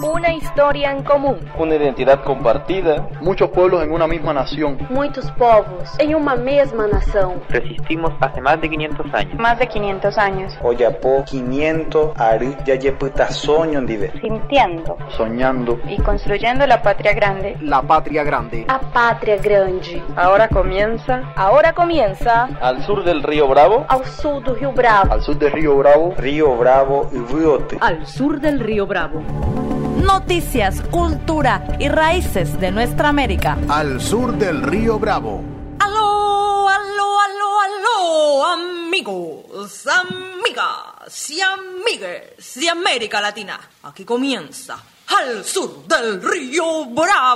Una historia en común. Una identidad compartida. Muchos pueblos en una misma nación. Muchos povos en una misma nación. Resistimos hace más de 500 años. Más de 500 años. Oyapo 500 ari yayeputa soño ndive. Sintiendo. Soñando. Y construyendo la patria grande. La patria grande. A patria grande. Ahora comienza. Al sur del río Bravo. Al sur del río Bravo. Al sur del río Bravo. Río Bravo y Riote. Al sur del río Bravo. Noticias, cultura y raíces de nuestra América. Al sur del río Bravo. Aló, aló, aló, aló, amigos, amigas y amigues de América Latina. Aquí comienza Al sur del río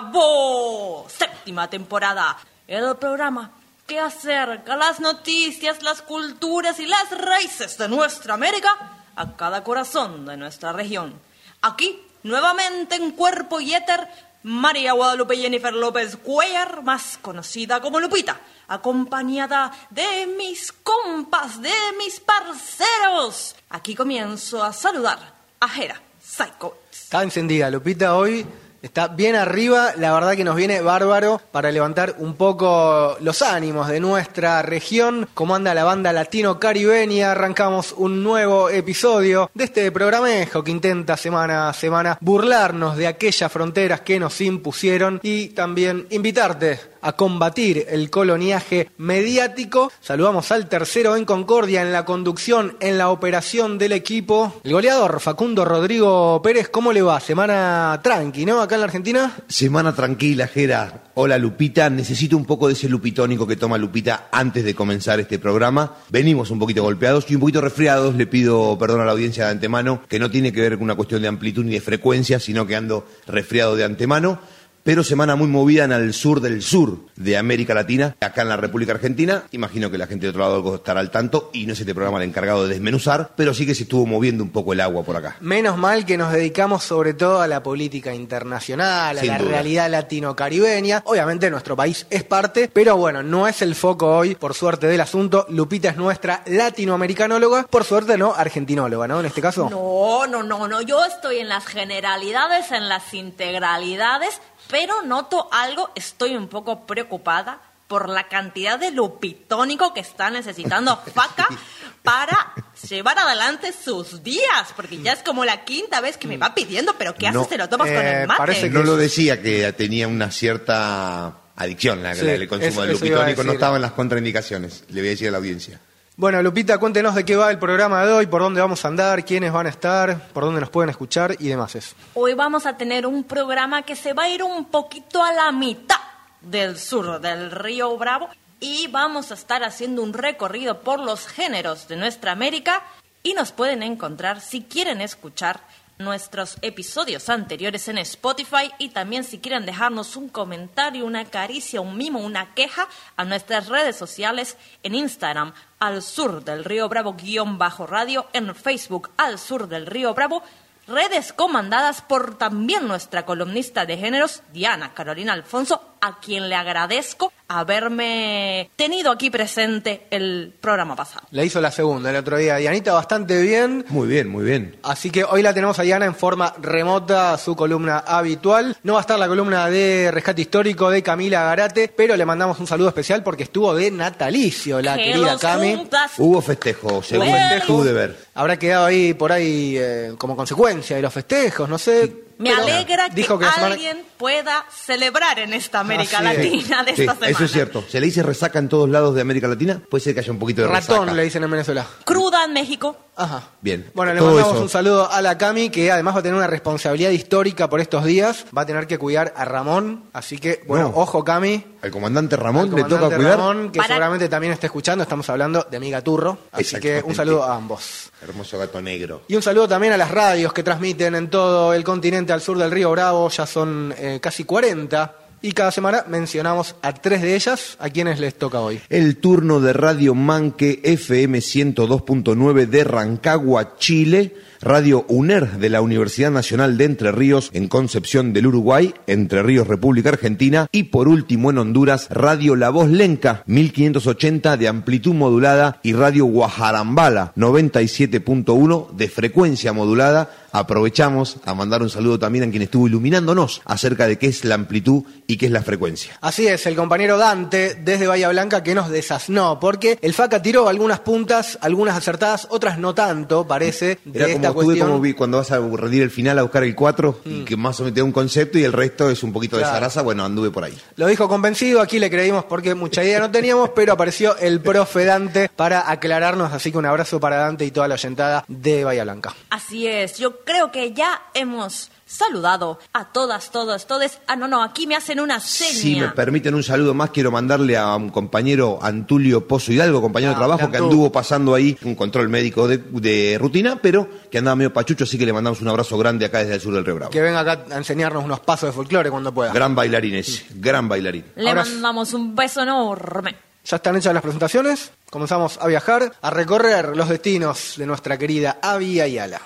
Bravo, 7ª temporada. El programa que acerca las noticias, las culturas y las raíces de nuestra América a cada corazón de nuestra región. Aquí, nuevamente en cuerpo y éter, María Guadalupe Jennifer López Cuellar, más conocida como Lupita, acompañada de mis compas, de mis parceros. Aquí comienzo a saludar a Jera Psycho. Está encendida Lupita hoy. Está bien arriba, la verdad que nos viene bárbaro para levantar un poco los ánimos de nuestra región. ¿Cómo anda la banda latino-caribeña? Arrancamos un nuevo episodio de este programejo que intenta semana a semana burlarnos de aquellas fronteras que nos impusieron y también invitarte a combatir el coloniaje mediático. Saludamos al tercero en Concordia, en la conducción, en la operación del equipo, el goleador Facundo Rodrigo Pérez. ¿Cómo le va? Semana tranqui, ¿no? Acá en la Argentina. Semana tranquila, Jera. Hola, Lupita. Necesito un poco de ese lupitónico que toma Lupita antes de comenzar este programa. Venimos un poquito golpeados y un poquito resfriados. Le pido perdón a la audiencia de antemano, que no tiene que ver con una cuestión de amplitud ni de frecuencia, sino que ando resfriado de antemano. Pero semana muy movida en el sur del sur de América Latina, acá en la República Argentina. Imagino que la gente de otro lado estará al tanto y no es este programa el encargado de desmenuzar, pero sí que se estuvo moviendo un poco el agua por acá. Menos mal que nos dedicamos sobre todo a la política internacional, a la realidad latino-caribeña. Obviamente nuestro país es parte, pero bueno, no es el foco hoy, por suerte, del asunto. Lupita es nuestra latinoamericanóloga, por suerte no argentinóloga, ¿no? En este caso. No, yo estoy en las generalidades, en las integralidades. Pero noto algo, estoy un poco preocupada por la cantidad de lupitónico que está necesitando Faca para llevar adelante sus días, porque ya es como la 5ª vez que me va pidiendo, pero ¿qué haces? ¿Te lo tomas con el mate? Parece que no lo decía, que tenía una cierta adicción el consumo del lupitónico, no estaba en las contraindicaciones, le voy a decir a la audiencia. Bueno, Lupita, cuéntenos de qué va el programa de hoy, por dónde vamos a andar, quiénes van a estar, por dónde nos pueden escuchar y demás. Hoy vamos a tener un programa que se va a ir un poquito a la mitad del sur del río Bravo y vamos a estar haciendo un recorrido por los géneros de nuestra América y nos pueden encontrar, si quieren escuchar nuestros episodios anteriores en Spotify y también si quieren dejarnos un comentario, una caricia, un mimo, una queja a nuestras redes sociales en Instagram, Al Sur del Río Bravo _radio, en Facebook, Al Sur del Río Bravo, redes comandadas por también nuestra columnista de géneros, Diana Carolina Alfonso, a quien le agradezco haberme tenido aquí presente el programa pasado. La hizo la segunda el otro día. Dianita, bastante bien. Muy bien, muy bien. Así que hoy la tenemos a Diana en forma remota, su columna habitual. No va a estar la columna de Rescate Histórico de Camila Garate, pero le mandamos un saludo especial porque estuvo de natalicio la querida Cami. Hubo festejo, según pude ver. Habrá quedado ahí por ahí como consecuencia de los festejos, no sé. Me alegra que alguien pueda celebrar en esta América Latina de esta semana. Eso es cierto. ¿Se le dice resaca en todos lados de América Latina? Puede ser que haya un poquito de resaca. Ratón le dicen en Venezuela. Cruda en México. Ajá. Bien. Bueno, le mandamos un saludo a la Cami, que además va a tener una responsabilidad histórica por estos días. Va a tener que cuidar a Ramón. Así que, bueno, ojo, Cami. Al comandante Ramón le toca cuidar. Ramón, que seguramente también está escuchando. Estamos hablando de mi gaturro. Así que un saludo a ambos. Hermoso gato negro. Y un saludo también a las radios que transmiten en todo el continente al sur del río Bravo. Ya son casi 40. Y cada semana mencionamos a 3 de ellas, a quienes les toca hoy. El turno de Radio Manque FM 102.9 de Rancagua, Chile. Radio UNER de la Universidad Nacional de Entre Ríos en Concepción del Uruguay, Entre Ríos, República Argentina. Y por último en Honduras, Radio La Voz Lenca, 1580 de amplitud modulada y Radio Guajarambala, 97.1 de frecuencia modulada. aprovechamos a mandar un saludo también a quien estuvo iluminándonos acerca de qué es la amplitud y qué es la frecuencia. Así es, el compañero Dante desde Bahía Blanca que nos desasnó, porque el Faca tiró algunas puntas, algunas acertadas, otras no tanto, parece, de Era esta como cuestión. como vi cuando vas a rendir el final a buscar el 4 y que más o menos te da un concepto y el resto es un poquito de zaraza, bueno, anduve por ahí. Lo dijo convencido, aquí le creímos porque mucha idea no teníamos, pero apareció el profe Dante para aclararnos, así que un abrazo para Dante y toda la oyentada de Bahía Blanca. Así es, yo creo que ya hemos saludado a todas, todos, todes. No, aquí me hacen una seña. Si me permiten un saludo más, quiero mandarle a un compañero Antulio Pozo Hidalgo, compañero de trabajo, que anduvo pasando ahí un control médico de rutina, pero que andaba medio pachucho, así que le mandamos un abrazo grande acá desde el sur del Río Bravo. Que venga acá a enseñarnos unos pasos de folclore cuando pueda. Gran bailarín ese, gran bailarín. Le mandamos un beso enorme. Ya están hechas las presentaciones, comenzamos a viajar, a recorrer los destinos de nuestra querida Abya Yala.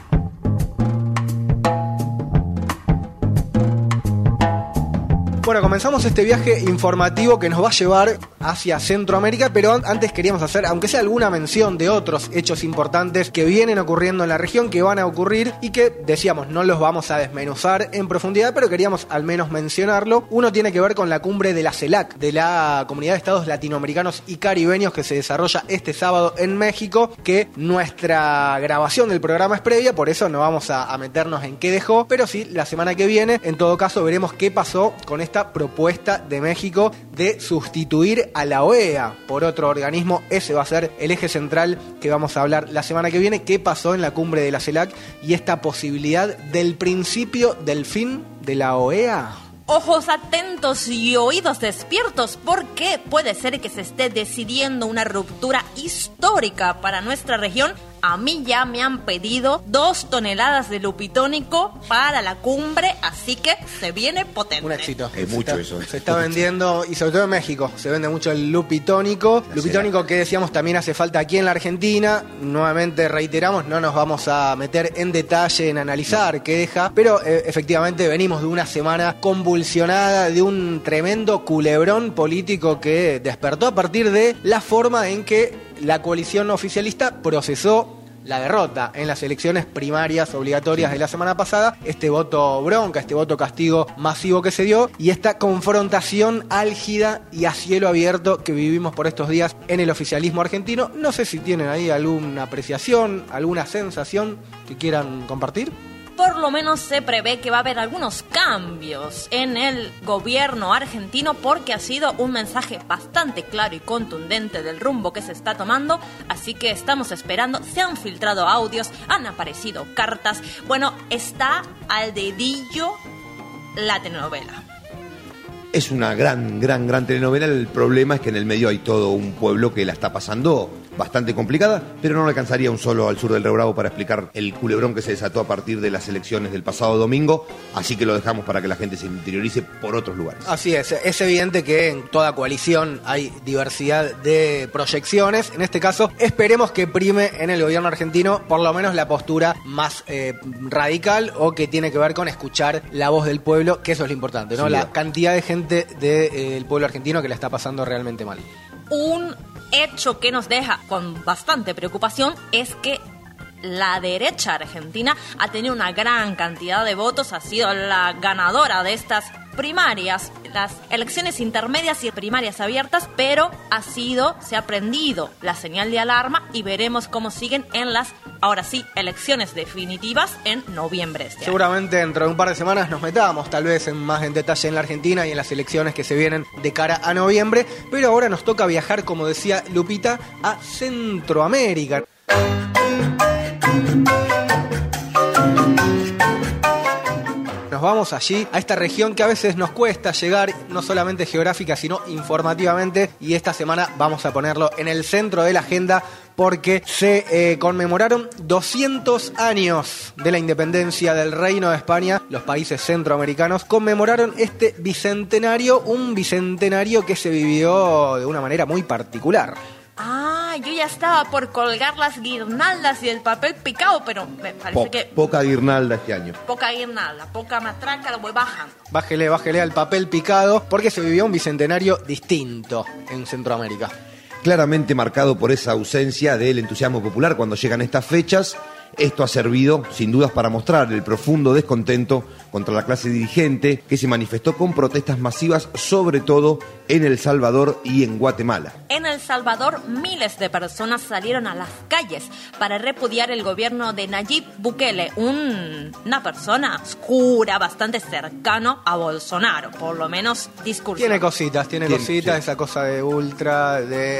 Bueno, comenzamos este viaje informativo que nos va a llevar hacia Centroamérica, pero antes queríamos hacer, aunque sea alguna mención de otros hechos importantes que vienen ocurriendo en la región, que van a ocurrir y que, decíamos, no los vamos a desmenuzar en profundidad, pero queríamos al menos mencionarlo. Uno tiene que ver con la cumbre de la CELAC, de la Comunidad de Estados Latinoamericanos y Caribeños, que se desarrolla este sábado en México, que nuestra grabación del programa es previa, por eso no vamos a meternos en qué dejó, pero sí, la semana que viene, en todo caso, veremos qué pasó con esta propuesta de México de sustituir a la OEA por otro organismo. Ese va a ser el eje central que vamos a hablar la semana que viene, qué pasó en la cumbre de la CELAC y esta posibilidad del principio del fin de la OEA. Ojos atentos y oídos despiertos, porque puede ser que se esté decidiendo una ruptura histórica para nuestra región. A mí ya me han pedido 2 toneladas de lupitónico para la cumbre, así que se viene potente. Un éxito. Es mucho eso. Se está vendiendo, y sobre todo en México, se vende mucho el lupitónico. Lupitónico que decíamos también hace falta aquí en la Argentina. Nuevamente reiteramos, no nos vamos a meter en detalle en analizar qué deja, pero efectivamente venimos de una semana convulsionada, de un tremendo culebrón político que despertó a partir de la forma en que la coalición oficialista procesó la derrota en las elecciones primarias obligatorias de la semana pasada, este voto bronca, este voto castigo masivo que se dio y esta confrontación álgida y a cielo abierto que vivimos por estos días en el oficialismo argentino. No sé si tienen ahí alguna apreciación, alguna sensación que quieran compartir. Por lo menos se prevé que va a haber algunos cambios en el gobierno argentino, porque ha sido un mensaje bastante claro y contundente del rumbo que se está tomando, así que estamos esperando. Se han filtrado audios, han aparecido cartas. Bueno, está al dedillo la telenovela. Es una gran telenovela. El problema es que en el medio hay todo un pueblo que la está pasando bastante complicada, pero no le alcanzaría un solo al sur del Río Bravo para explicar el culebrón que se desató a partir de las elecciones del pasado domingo, así que lo dejamos para que la gente se interiorice por otros lugares. Así es evidente que en toda coalición hay diversidad de proyecciones. En este caso, esperemos que prime en el gobierno argentino por lo menos la postura más radical, o que tiene que ver con escuchar la voz del pueblo, que eso es lo importante, ¿no? Sí, la cantidad de gente del pueblo argentino que la está pasando realmente mal. Un hecho que nos deja con bastante preocupación es que la derecha argentina ha tenido una gran cantidad de votos, ha sido la ganadora de estas primarias, las elecciones intermedias y primarias abiertas, pero se ha prendido la señal de alarma y veremos cómo siguen en las, ahora sí, elecciones definitivas en noviembre este año. Seguramente dentro de un par de semanas nos metamos tal vez más en detalle en la Argentina y en las elecciones que se vienen de cara a noviembre, pero ahora nos toca viajar, como decía Lupita, a Centroamérica. Nos vamos allí, a esta región que a veces nos cuesta llegar, no solamente geográfica, sino informativamente, y esta semana vamos a ponerlo en el centro de la agenda porque se conmemoraron 200 años de la independencia del Reino de España. Los países centroamericanos conmemoraron este bicentenario, un bicentenario que se vivió de una manera muy particular. Yo ya estaba por colgar las guirnaldas y el papel picado, pero me parece que... Poca guirnalda este año. Poca guirnalda, poca matraca, lo voy bajando. Bájele al papel picado, porque se vivió un bicentenario distinto en Centroamérica. Claramente marcado por esa ausencia del entusiasmo popular cuando llegan estas fechas, Esto ha servido, sin dudas, para mostrar el profundo descontento contra la clase dirigente que se manifestó con protestas masivas, sobre todo en El Salvador y en Guatemala. En El Salvador, miles de personas salieron a las calles para repudiar el gobierno de Nayib Bukele, una persona oscura, bastante cercano a Bolsonaro, por lo menos discurso. Tiene cositas, sí. Esa cosa de ultra,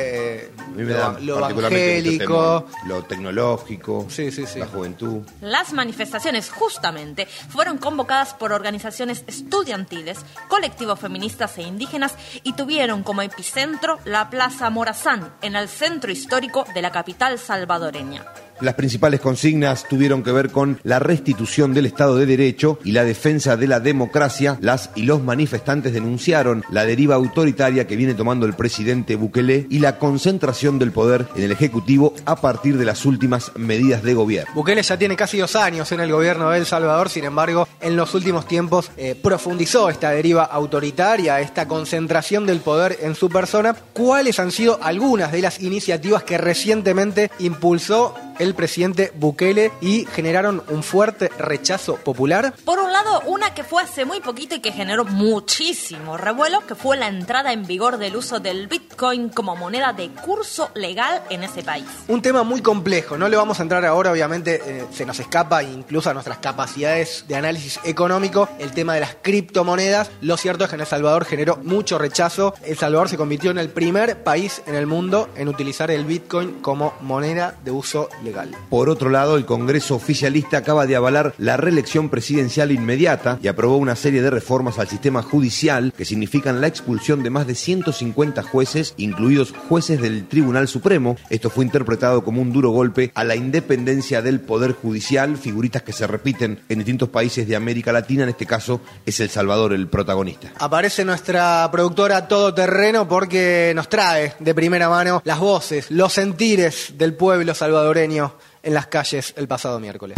de lo evangélico, lo tecnológico, sí. La juventud. Las manifestaciones justamente fueron convocadas por organizaciones estudiantiles, colectivos feministas e indígenas y tuvieron como epicentro la Plaza Morazán, en el centro histórico de la capital salvadoreña. Las principales consignas tuvieron que ver con la restitución del Estado de Derecho y la defensa de la democracia. Las y los manifestantes denunciaron la deriva autoritaria que viene tomando el presidente Bukele y la concentración del poder en el Ejecutivo a partir de las últimas medidas de gobierno. Bukele ya tiene casi 2 años en el gobierno de El Salvador, sin embargo, en los últimos tiempos profundizó esta deriva autoritaria, esta concentración del poder en su persona. ¿Cuáles han sido algunas de las iniciativas que recientemente impulsó el presidente Bukele y generaron un fuerte rechazo popular? Por un lado, una que fue hace muy poquito y que generó muchísimo revuelo, que fue la entrada en vigor del uso del Bitcoin como moneda de curso legal en ese país. Un tema muy complejo, no le vamos a entrar ahora, obviamente se nos escapa incluso a nuestras capacidades de análisis económico el tema de las criptomonedas. Lo cierto es que en El Salvador generó mucho rechazo. El Salvador se convirtió en el primer país en el mundo en utilizar el Bitcoin como moneda de uso legal. Por otro lado, el Congreso oficialista acaba de avalar la reelección presidencial inmediata y aprobó una serie de reformas al sistema judicial que significan la expulsión de más de 150 jueces, incluidos jueces del Tribunal Supremo. Esto fue interpretado como un duro golpe a la independencia del Poder Judicial, figuritas que se repiten en distintos países de América Latina. En este caso es El Salvador el protagonista. Aparece nuestra productora Todoterreno porque nos trae de primera mano las voces, los sentires del pueblo salvadoreño en las calles el pasado miércoles.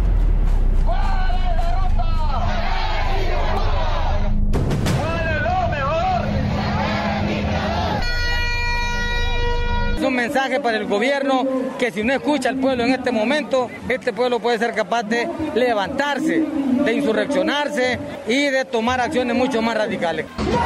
Es un mensaje para el gobierno que si no escucha al pueblo en este momento, este pueblo puede ser capaz de levantarse, de insurreccionarse y de tomar acciones mucho más radicales.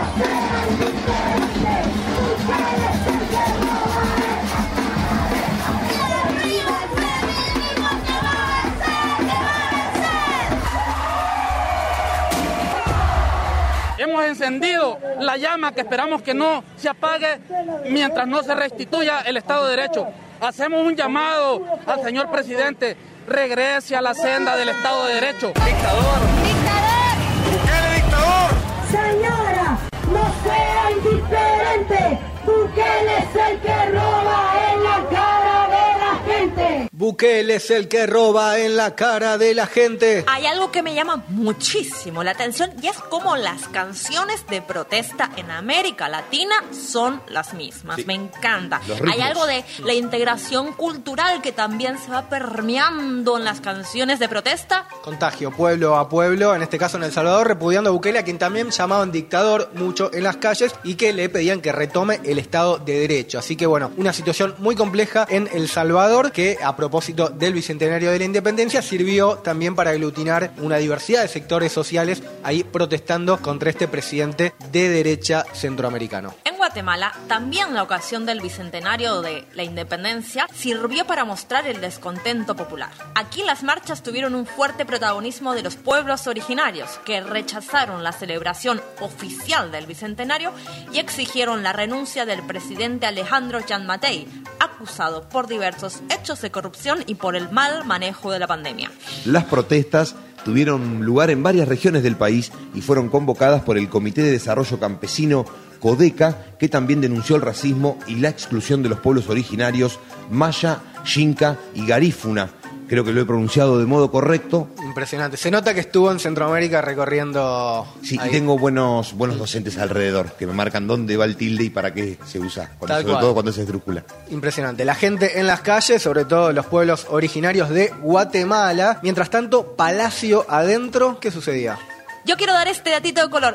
Hemos encendido la llama que esperamos que no se apague mientras no se restituya el Estado de Derecho. Hacemos un llamado al señor presidente, regrese a la senda del Estado de Derecho. ¡Dictador! ¡Dictador! ¡Bukele, dictador! Señora, no sea indiferente. Bukele es el que roba en la cara de la gente. Bukele es el que roba en la cara de la gente. Hay algo que me llama muchísimo la atención y es cómo las canciones de protesta en América Latina son las mismas. Sí. Me encanta. Hay algo de la integración cultural que también se va permeando en las canciones de protesta. Contagio pueblo a pueblo, en este caso en El Salvador, repudiando a Bukele, a quien también llamaban dictador mucho en las calles y que le pedían que retome el Estado de Derecho. Así que bueno, una situación muy compleja en El Salvador que a propósito del Bicentenario de la Independencia sirvió también para aglutinar una diversidad de sectores sociales ahí protestando contra este presidente de derecha centroamericano. En Guatemala, también la ocasión del Bicentenario de la Independencia sirvió para mostrar el descontento popular. Aquí las marchas tuvieron un fuerte protagonismo de los pueblos originarios que rechazaron la celebración oficial del Bicentenario y exigieron la renuncia del presidente Alejandro Gianmattei, acusado por diversos hechos de corrupción y por el mal manejo de la pandemia. Las protestas tuvieron lugar en varias regiones del país y fueron convocadas por el Comité de Desarrollo Campesino CODECA, que también denunció el racismo y la exclusión de los pueblos originarios Maya, Xinca y Garífuna. Creo que lo he pronunciado de modo correcto. Impresionante. Se nota que estuvo en Centroamérica recorriendo... Sí, ahí. Y tengo buenos docentes alrededor que me marcan dónde va el tilde y para qué se usa, sobre todo cuando es esdrújula. Impresionante. La gente en las calles, sobre todo los pueblos originarios de Guatemala. Mientras tanto, Palacio adentro, ¿qué sucedía? Yo quiero dar este datito de color.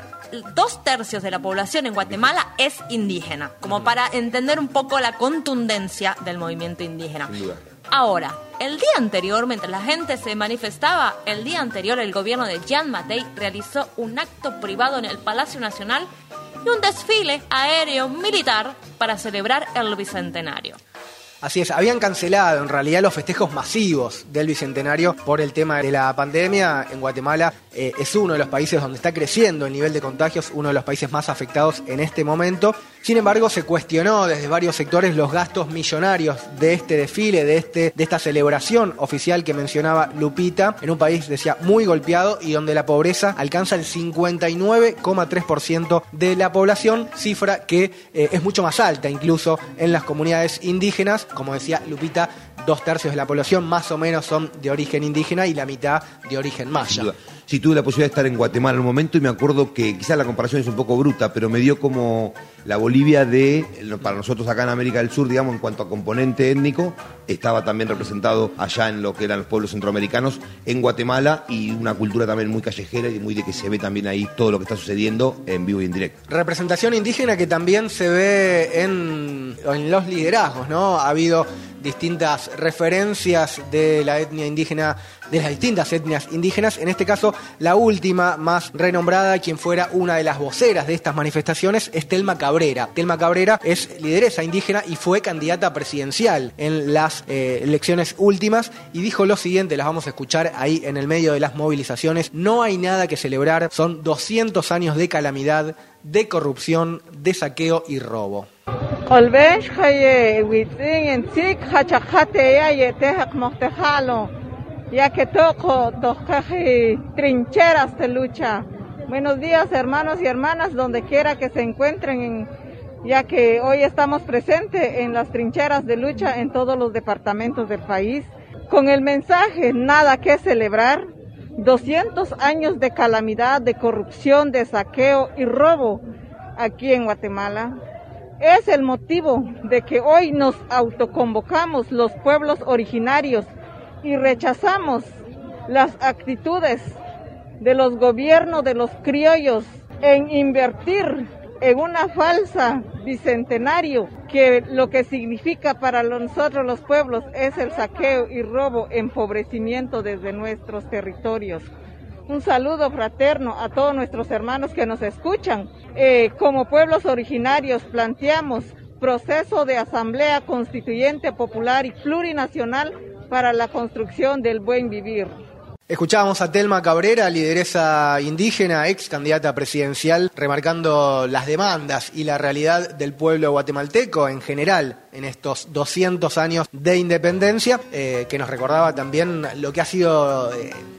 2/3 de la población en Guatemala es indígena, como para entender un poco la contundencia del movimiento indígena. Sin duda. Ahora, El día anterior, mientras la gente se manifestaba, el gobierno de Jean Mattei realizó un acto privado en el Palacio Nacional y un desfile aéreo militar para celebrar el bicentenario. Así es, habían cancelado en realidad los festejos masivos del Bicentenario por el tema de la pandemia. En Guatemala es uno de los países donde está creciendo el nivel de contagios, uno de los países más afectados en este momento. Sin embargo, se cuestionó desde varios sectores los gastos millonarios de este desfile, de esta celebración oficial que mencionaba Lupita, en un país, decía, muy golpeado y donde la pobreza alcanza el 59,3% de la población, cifra que es mucho más alta incluso en las comunidades indígenas. Como decía Lupita, 2/3 de la población más o menos son de origen indígena y la mitad de origen maya. Sí, tuve la posibilidad de estar en Guatemala en un momento y me acuerdo que quizás la comparación es un poco bruta, pero me dio como la Bolivia para nosotros acá en América del Sur, digamos, en cuanto a componente étnico, estaba también representado allá en lo que eran los pueblos centroamericanos, en Guatemala, y una cultura también muy callejera y muy de que se ve también ahí todo lo que está sucediendo en vivo y en directo. Representación indígena que también se ve en los liderazgos, ¿no? Ha habido distintas referencias de la etnia indígena, de las distintas etnias indígenas. En este caso, la última más renombrada, quien fuera una de las voceras de estas manifestaciones, es Telma Cabrera. Telma Cabrera es lideresa indígena y fue candidata presidencial en las elecciones últimas, y dijo lo siguiente, las vamos a escuchar ahí en el medio de las movilizaciones: no hay nada que celebrar, son 200 años de calamidad, de corrupción, de saqueo y robo. Ya que toco trincheras de lucha. Buenos días, hermanos y hermanas, donde quiera que se encuentren, ya que hoy estamos presentes en las trincheras de lucha en todos los departamentos del país, con el mensaje: nada que celebrar, 200 años de calamidad, de corrupción, de saqueo y robo aquí en Guatemala. Es el motivo de que hoy nos autoconvocamos los pueblos originarios y rechazamos las actitudes de los gobiernos de los criollos en invertir en una falsa bicentenario, que lo que significa para nosotros los pueblos es el saqueo y robo, empobrecimiento desde nuestros territorios. Un saludo fraterno a todos nuestros hermanos que nos escuchan. Como pueblos originarios planteamos proceso de asamblea constituyente popular y plurinacional para la construcción del buen vivir. Escuchábamos a Telma Cabrera, lideresa indígena, ex candidata presidencial, remarcando las demandas y la realidad del pueblo guatemalteco en general en estos 200 años de independencia, que nos recordaba también lo que ha sido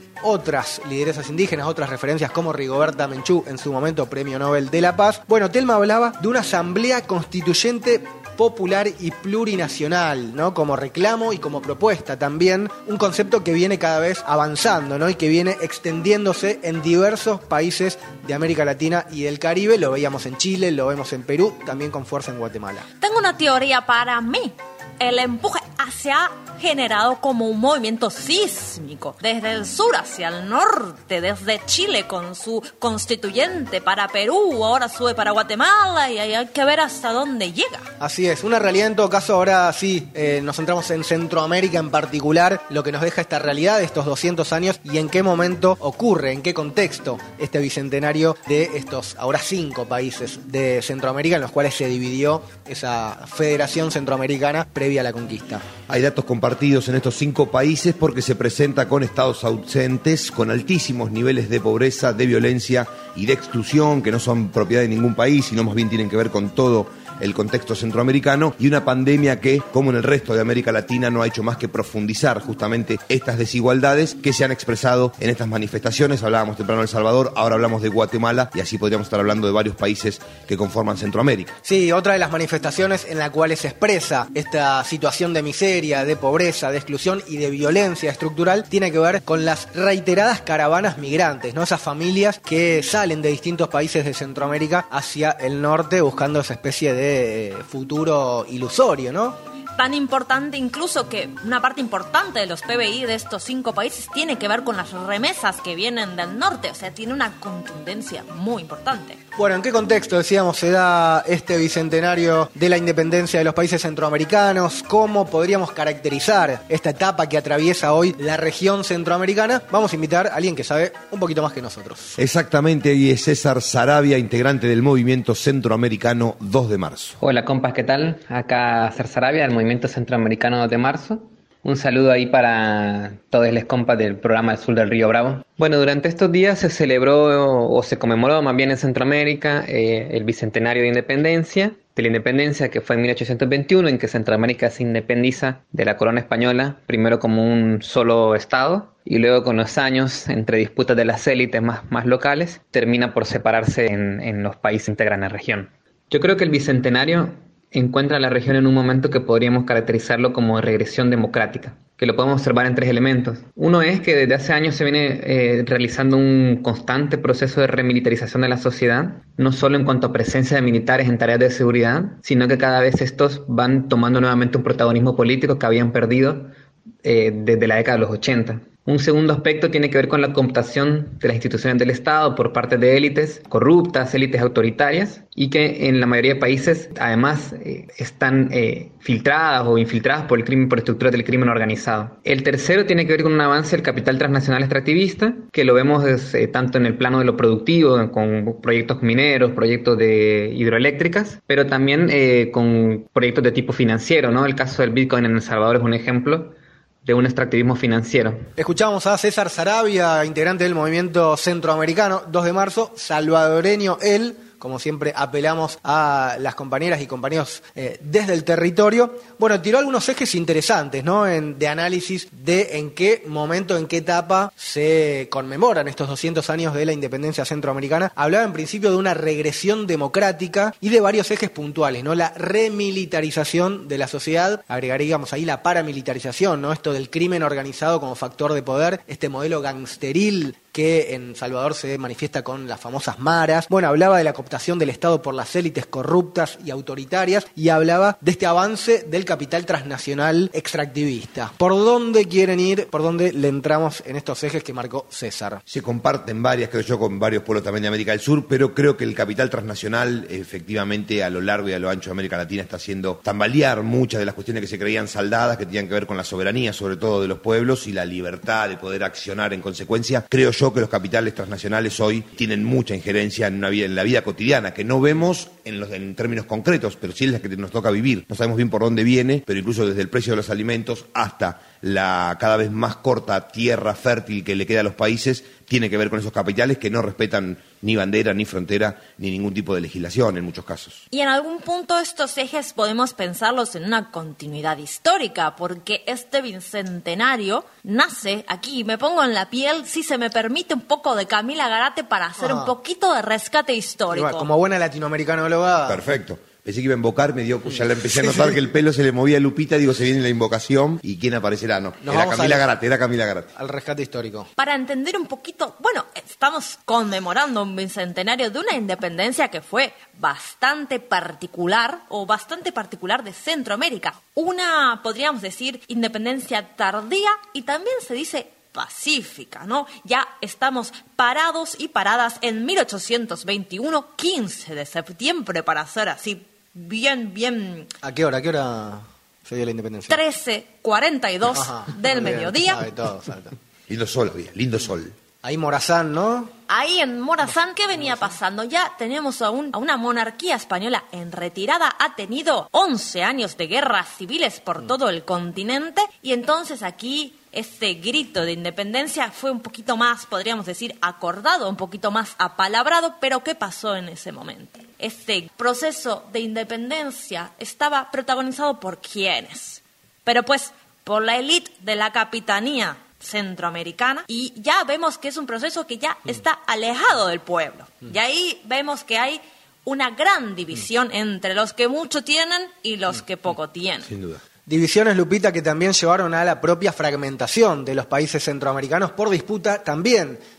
otras lideresas indígenas, otras referencias como Rigoberta Menchú, en su momento Premio Nobel de la Paz. Bueno, Telma hablaba de una asamblea constituyente popular y plurinacional, ¿no? Como reclamo y como propuesta también, un concepto que viene cada vez avanzando, ¿no? Y que viene extendiéndose en diversos países de América Latina y del Caribe. Lo veíamos en Chile, lo vemos en Perú, también con fuerza en Guatemala. Tengo una teoría para mí. El empuje se ha generado como un movimiento sísmico, desde el sur hacia el norte, desde Chile con su constituyente para Perú, ahora sube para Guatemala, y hay que ver hasta dónde llega. Así es, una realidad en todo caso. Ahora sí, nos centramos en Centroamérica en particular, lo que nos deja esta realidad de estos 200 años y en qué momento ocurre, en qué contexto este bicentenario de estos ahora 5 países de Centroamérica en los cuales se dividió esa Federación Centroamericana previa a la conquista. Hay datos compartidos en estos 5 países porque se presenta con estados ausentes, con altísimos niveles de pobreza, de violencia y de exclusión, que no son propiedad de ningún país, sino más bien tienen que ver con todo el contexto centroamericano, y una pandemia que, como en el resto de América Latina, no ha hecho más que profundizar justamente estas desigualdades que se han expresado en estas manifestaciones. Hablábamos temprano de El Salvador, ahora hablamos de Guatemala, y así podríamos estar hablando de varios países que conforman Centroamérica. Sí, otra de las manifestaciones en la cual se expresa esta situación de miseria, de pobreza, de exclusión y de violencia estructural tiene que ver con las reiteradas caravanas migrantes, ¿no? Esas familias que salen de distintos países de Centroamérica hacia el norte buscando esa especie de futuro ilusorio, ¿no? tan importante incluso que una parte importante de los PBI de estos 5 países tiene que ver con las remesas que vienen del norte, o sea, tiene una contundencia muy importante. Bueno, ¿en qué contexto, decíamos, se da este bicentenario de la independencia de los países centroamericanos? ¿Cómo podríamos caracterizar esta etapa que atraviesa hoy la región centroamericana? Vamos a invitar a alguien que sabe un poquito más que nosotros. Exactamente, y es César Saravia, integrante del Movimiento Centroamericano 2 de marzo. Hola compas, ¿qué tal? Acá César Saravia, del Movimiento Centroamericano 2 de marzo. Un saludo ahí para todos los compas del programa El Sur del Río Bravo. Bueno, durante estos días se celebró, o se conmemoró más bien en Centroamérica, el Bicentenario de la Independencia, que fue en 1821, en que Centroamérica se independiza de la corona española, primero como un solo estado, y luego con los años, entre disputas de las élites más locales, termina por separarse en los países que integran la región. Yo creo que el Bicentenario encuentra a la región en un momento que podríamos caracterizarlo como regresión democrática, que lo podemos observar en 3 elementos. Uno es que desde hace años se viene realizando un constante proceso de remilitarización de la sociedad, no solo en cuanto a presencia de militares en tareas de seguridad, sino que cada vez estos van tomando nuevamente un protagonismo político que habían perdido desde la década de los 80. Un segundo aspecto tiene que ver con la cooptación de las instituciones del Estado por parte de élites corruptas, élites autoritarias, y que en la mayoría de países además están filtradas o infiltradas por estructuras del crimen organizado. El tercero tiene que ver con un avance del capital transnacional extractivista, que lo vemos tanto en el plano de lo productivo, con proyectos mineros, proyectos de hidroeléctricas, pero también con proyectos de tipo financiero, ¿no? El caso del Bitcoin en El Salvador es un ejemplo de un extractivismo financiero. Escuchamos a César Saravia, integrante del Movimiento Centroamericano 2 de marzo, salvadoreño él. Como siempre, apelamos a las compañeras y compañeros desde el territorio. Bueno, tiró algunos ejes interesantes, ¿no? De análisis de en qué momento, en qué etapa se conmemoran estos 200 años de la independencia centroamericana. Hablaba en principio de una regresión democrática y de varios ejes puntuales, ¿no? La remilitarización de la sociedad, agregaríamos ahí la paramilitarización, ¿no? Esto del crimen organizado como factor de poder, este modelo gangsteril que en Salvador se manifiesta con las famosas maras. Bueno, hablaba de la cooptación del Estado por las élites corruptas y autoritarias y hablaba de este avance del capital transnacional extractivista. ¿Por dónde quieren ir? ¿Por dónde le entramos en estos ejes que marcó César? Se comparten varias, creo yo, con varios pueblos también de América del Sur, pero creo que el capital transnacional efectivamente a lo largo y a lo ancho de América Latina está haciendo tambalear muchas de las cuestiones que se creían saldadas, que tenían que ver con la soberanía, sobre todo de los pueblos, y la libertad de poder accionar en consecuencia. Creo yo que los capitales transnacionales hoy tienen mucha injerencia en la vida cotidiana, que no vemos en términos concretos, pero sí es la que nos toca vivir. No sabemos bien por dónde viene, pero incluso desde el precio de los alimentos hasta la cada vez más corta tierra fértil que le queda a los países, tiene que ver con esos capitales que no respetan ni bandera, ni frontera, ni ningún tipo de legislación en muchos casos. Y en algún punto estos ejes podemos pensarlos en una continuidad histórica, porque este bicentenario nace aquí, me pongo en la piel, si se me permite, un poco de Camila Garate para hacer un poquito de rescate histórico. Igual, como buena latinoamericanóloga. Perfecto. Pensé que iba a invocar, ya le empecé a notar que el pelo se le movía a Lupita, digo, se viene la invocación, ¿y quién aparecerá? No, era Camila Garate. Al rescate histórico. Para entender un poquito, bueno, estamos conmemorando un bicentenario de una independencia que fue bastante particular de Centroamérica. Una, podríamos decir, independencia tardía y también se dice pacífica, ¿no? Ya estamos parados y paradas en 1821, 15 de septiembre, para ser así bien... ¿A qué hora se dio la independencia? 13:42 del mediodía. Sabe todo. Lindo sol había, lindo sol. Ahí Morazán, ¿no? Ahí en Morazán, ¿qué venía pasando? Ya tenemos a una monarquía española en retirada, ha tenido 11 años de guerras civiles por todo el continente, y entonces aquí este grito de independencia fue un poquito más, podríamos decir, acordado, un poquito más apalabrado, pero ¿qué pasó en ese momento? Este proceso de independencia estaba protagonizado ¿por quiénes? Pero pues por la élite de la capitanía centroamericana, y ya vemos que es un proceso que ya está alejado del pueblo. Y ahí vemos que hay una gran división entre los que mucho tienen y los que poco tienen. Sin duda. Divisiones, Lupita, que también llevaron a la propia fragmentación de los países centroamericanos por disputa también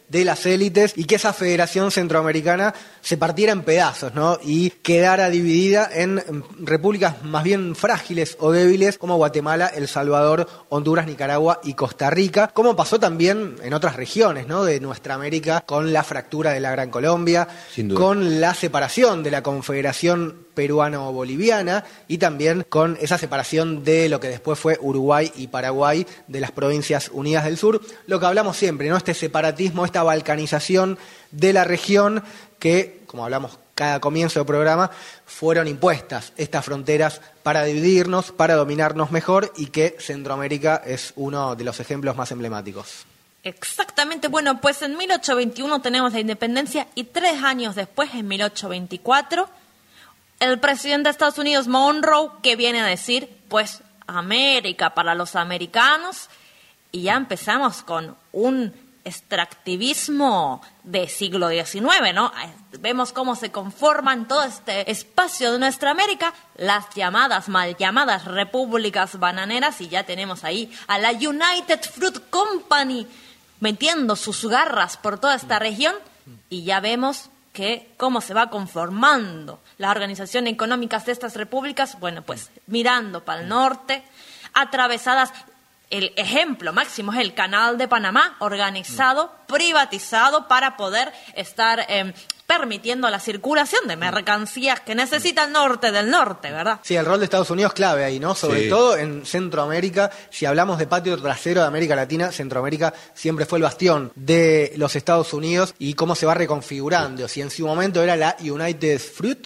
de las élites y que esa Federación Centroamericana se partiera en pedazos, ¿no? Y quedara dividida en repúblicas más bien frágiles o débiles como Guatemala, El Salvador, Honduras, Nicaragua y Costa Rica, como pasó también en otras regiones, ¿no? De nuestra América, con la fractura de la Gran Colombia, con la separación de la Confederación Peruano-Boliviana y también con esa separación de lo que después fue Uruguay y Paraguay de las Provincias Unidas del Sur. Lo que hablamos siempre, ¿no? Este separatismo, esta balcanización de la región que, como hablamos cada comienzo del programa, fueron impuestas estas fronteras para dividirnos, para dominarnos mejor, y que Centroamérica es uno de los ejemplos más emblemáticos. Exactamente. Bueno, pues en 1821 tenemos la independencia y 3 años después, en 1824, el presidente de Estados Unidos, Monroe, que viene a decir, pues, América para los americanos, y ya empezamos con un extractivismo de siglo XIX, ¿no? Vemos cómo se conforman todo este espacio de nuestra América, las mal llamadas repúblicas bananeras, y ya tenemos ahí a la United Fruit Company metiendo sus garras por toda esta región, y ya vemos que cómo se va conformando las organizaciones económicas de estas repúblicas. Bueno, pues mirando para el norte, atravesadas. El ejemplo máximo es el Canal de Panamá, organizado, privatizado, para poder estar permitiendo la circulación de mercancías que necesita el norte del norte, ¿verdad? Sí, el rol de Estados Unidos clave ahí, ¿no? Sobre todo en Centroamérica. Si hablamos de patio trasero de América Latina, Centroamérica siempre fue el bastión de los Estados Unidos, y cómo se va reconfigurando. Si en su momento era la United Fruit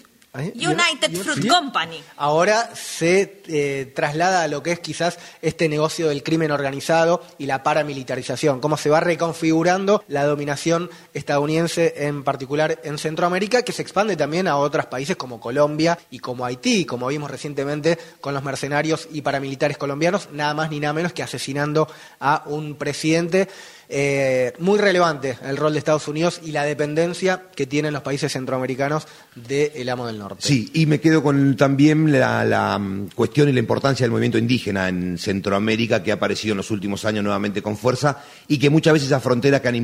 Company. Ahora se traslada a lo que es quizás este negocio del crimen organizado y la paramilitarización, cómo se va reconfigurando la dominación estadounidense, en particular en Centroamérica, que se expande también a otros países como Colombia y como Haití, como vimos recientemente con los mercenarios y paramilitares colombianos, nada más ni nada menos que asesinando a un presidente. Muy relevante el rol de Estados Unidos y la dependencia que tienen los países centroamericanos del amo del norte. Sí, y me quedo con también la cuestión y la importancia del movimiento indígena en Centroamérica, que ha aparecido en los últimos años nuevamente con fuerza, y que muchas veces esas fronteras que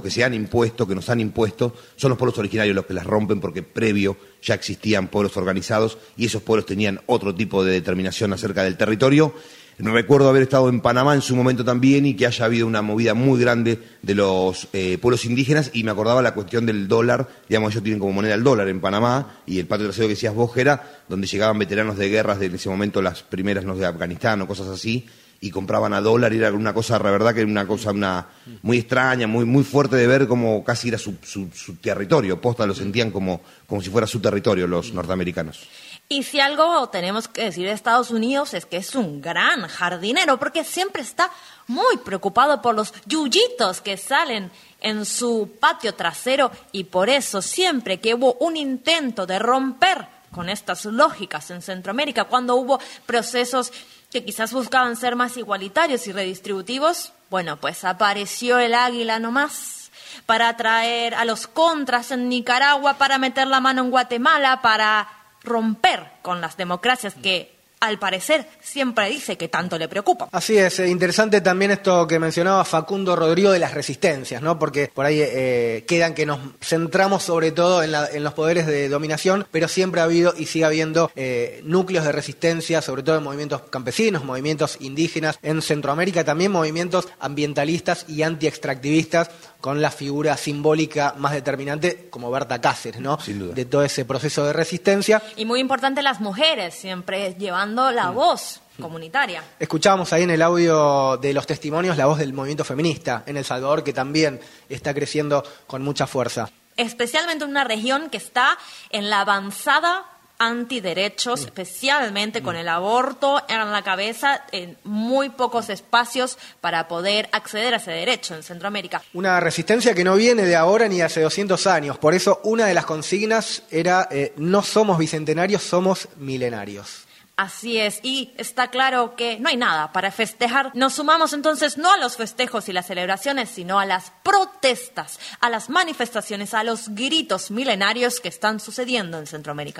nos han impuesto, son los pueblos originarios los que las rompen, porque previo ya existían pueblos organizados y esos pueblos tenían otro tipo de determinación acerca del territorio. Recuerdo haber estado en Panamá en su momento también, y que haya habido una movida muy grande de los pueblos indígenas, y me acordaba la cuestión del dólar. Digamos, ellos tienen como moneda el dólar en Panamá, y el patio trasero que decías vos era donde llegaban veteranos de guerras de en ese momento, las primeras, no, de Afganistán o cosas así, y compraban a dólar, y era una cosa, la verdad que era una cosa muy extraña, muy fuerte de ver, como casi era su territorio. Posta lo sentían como si fuera su territorio los norteamericanos. Y si algo tenemos que decir de Estados Unidos es que es un gran jardinero, porque siempre está muy preocupado por los yuyitos que salen en su patio trasero, y por eso siempre que hubo un intento de romper con estas lógicas en Centroamérica, cuando hubo procesos que quizás buscaban ser más igualitarios y redistributivos, bueno, pues apareció el águila nomás para atraer a los contras en Nicaragua, para meter la mano en Guatemala, para romper con las democracias que, al parecer, siempre dice que tanto le preocupa. Así es, interesante también esto que mencionaba Facundo Rodrigo de las resistencias, ¿no? Porque por ahí quedan que nos centramos sobre todo en los poderes de dominación, pero siempre ha habido y sigue habiendo núcleos de resistencia, sobre todo en movimientos campesinos, movimientos indígenas en Centroamérica, también movimientos ambientalistas y anti-extractivistas, con la figura simbólica más determinante como Berta Cáceres, ¿no? Sin duda. De todo ese proceso de resistencia. Y muy importante las mujeres, siempre llevando la voz comunitaria. Escuchábamos ahí en el audio de los testimonios la voz del movimiento feminista en El Salvador, que también está creciendo con mucha fuerza. Especialmente en una región que está en la avanzada antiderechos, especialmente con el aborto en la cabeza, en muy pocos espacios para poder acceder a ese derecho en Centroamérica. Una resistencia que no viene de ahora ni de hace 200 años. Por eso una de las consignas era no somos bicentenarios, somos milenarios. Así es, y está claro que no hay nada para festejar. Nos sumamos entonces no a los festejos y las celebraciones, sino a las protestas, a las manifestaciones, a los gritos milenarios que están sucediendo en Centroamérica.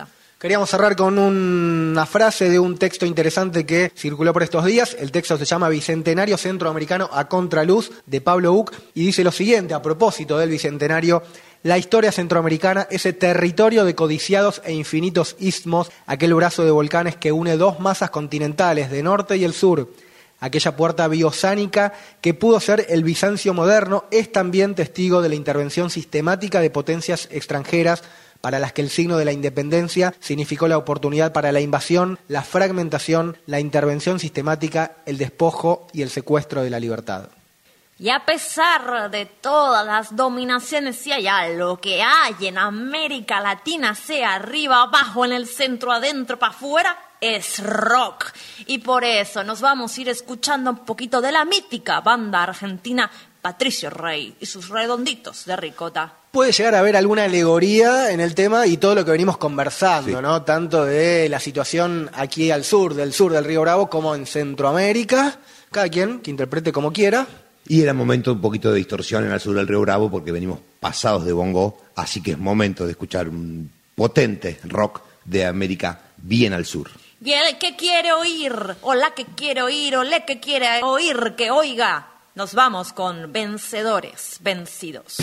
Queríamos cerrar con una frase de un texto interesante que circuló por estos días. El texto se llama Bicentenario Centroamericano a Contraluz, de Pablo Uc, y dice lo siguiente a propósito del Bicentenario: la historia centroamericana, ese territorio de codiciados e infinitos istmos, aquel brazo de volcanes que une dos masas continentales, de norte y el sur, aquella puerta biosánica que pudo ser el Bizancio moderno, es también testigo de la intervención sistemática de potencias extranjeras para las que el signo de la independencia significó la oportunidad para la invasión, la fragmentación, la intervención sistemática, el despojo y el secuestro de la libertad. Y a pesar de todas las dominaciones, si hay algo que hay en América Latina, sea arriba, abajo, en el centro, adentro, para afuera, es rock. Y por eso nos vamos a ir escuchando un poquito de la mítica banda argentina Patricio Rey y sus Redonditos de Ricota. Puede llegar a haber alguna alegoría en el tema y todo lo que venimos conversando, sí, ¿no? Tanto de la situación aquí al sur del Río Bravo, como en Centroamérica. Cada quien que interprete como quiera. Y era momento un poquito de distorsión en el sur del Río Bravo porque venimos pasados de bongo, así que es momento de escuchar un potente rock de América bien al sur. Y el que quiere oír, o la que quiere oír, o le que quiere oír, que oiga. Nos vamos con Vencedores Vencidos.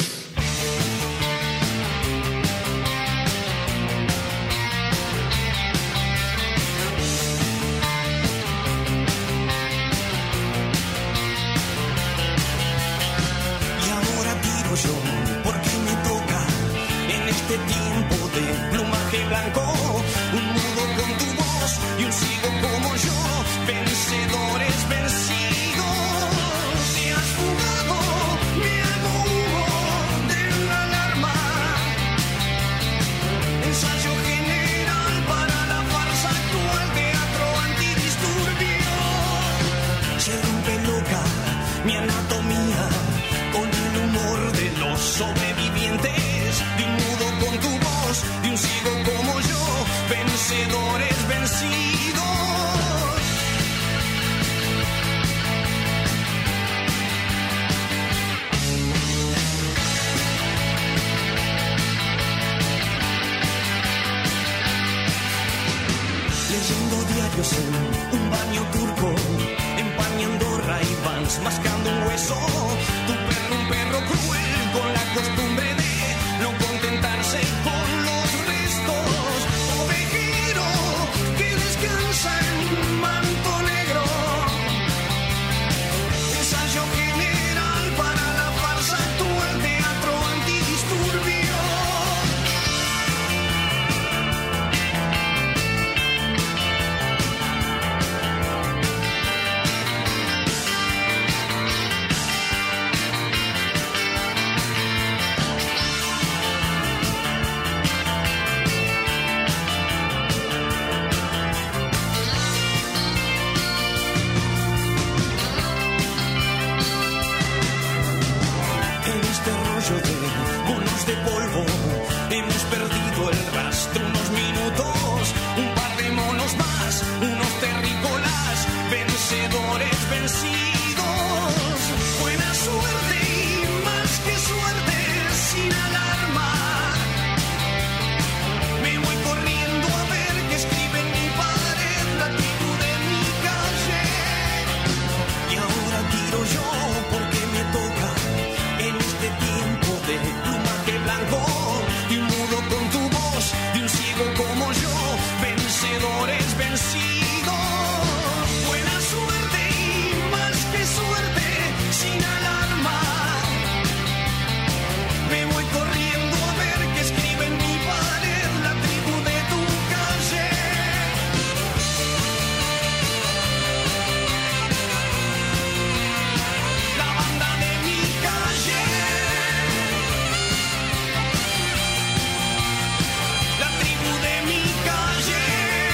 Yo, porque me toca en este tiempo de plumaje blanco, un mudo con tu voz y un ciego como yo, vencedores vencidos. Te has fugado, me hago humo de la alarma, ensayo general para la farsa actual, teatro antidisturbio. Se rompe loca mi anatomía con el humor de los sobrevivientes, de un mudo con tu voz, de un ciego como yo, vencedores vencidos. Leyendo diarios en un baño turco, empañando Ray-Bans, mascando un hueso. Un perro cruel con la costumbre de no contentarse con los restos. Ovejero que descansa en manto negro. Ensayo general para la farsa actual, teatro antidisturbio. De bonos de polvo, hemos perdido el rastro unos minutos, un par de monos más, unos terrícolas, vencedores vencidos. Buena suerte y más que suerte, sin alarma. Me voy corriendo a ver qué escribe en mi pared la tribu de mi calle. Y ahora tiro yo porque me toca en este tiempo de plumaje blanco, y un mudo con tu voz, y un ciego como yo, vencedores vencidos. Buena suerte y más que suerte, sin alarma. Me voy corriendo a ver qué escribe en mi pared la tribu de tu calle. La banda de mi calle. La tribu de mi calle.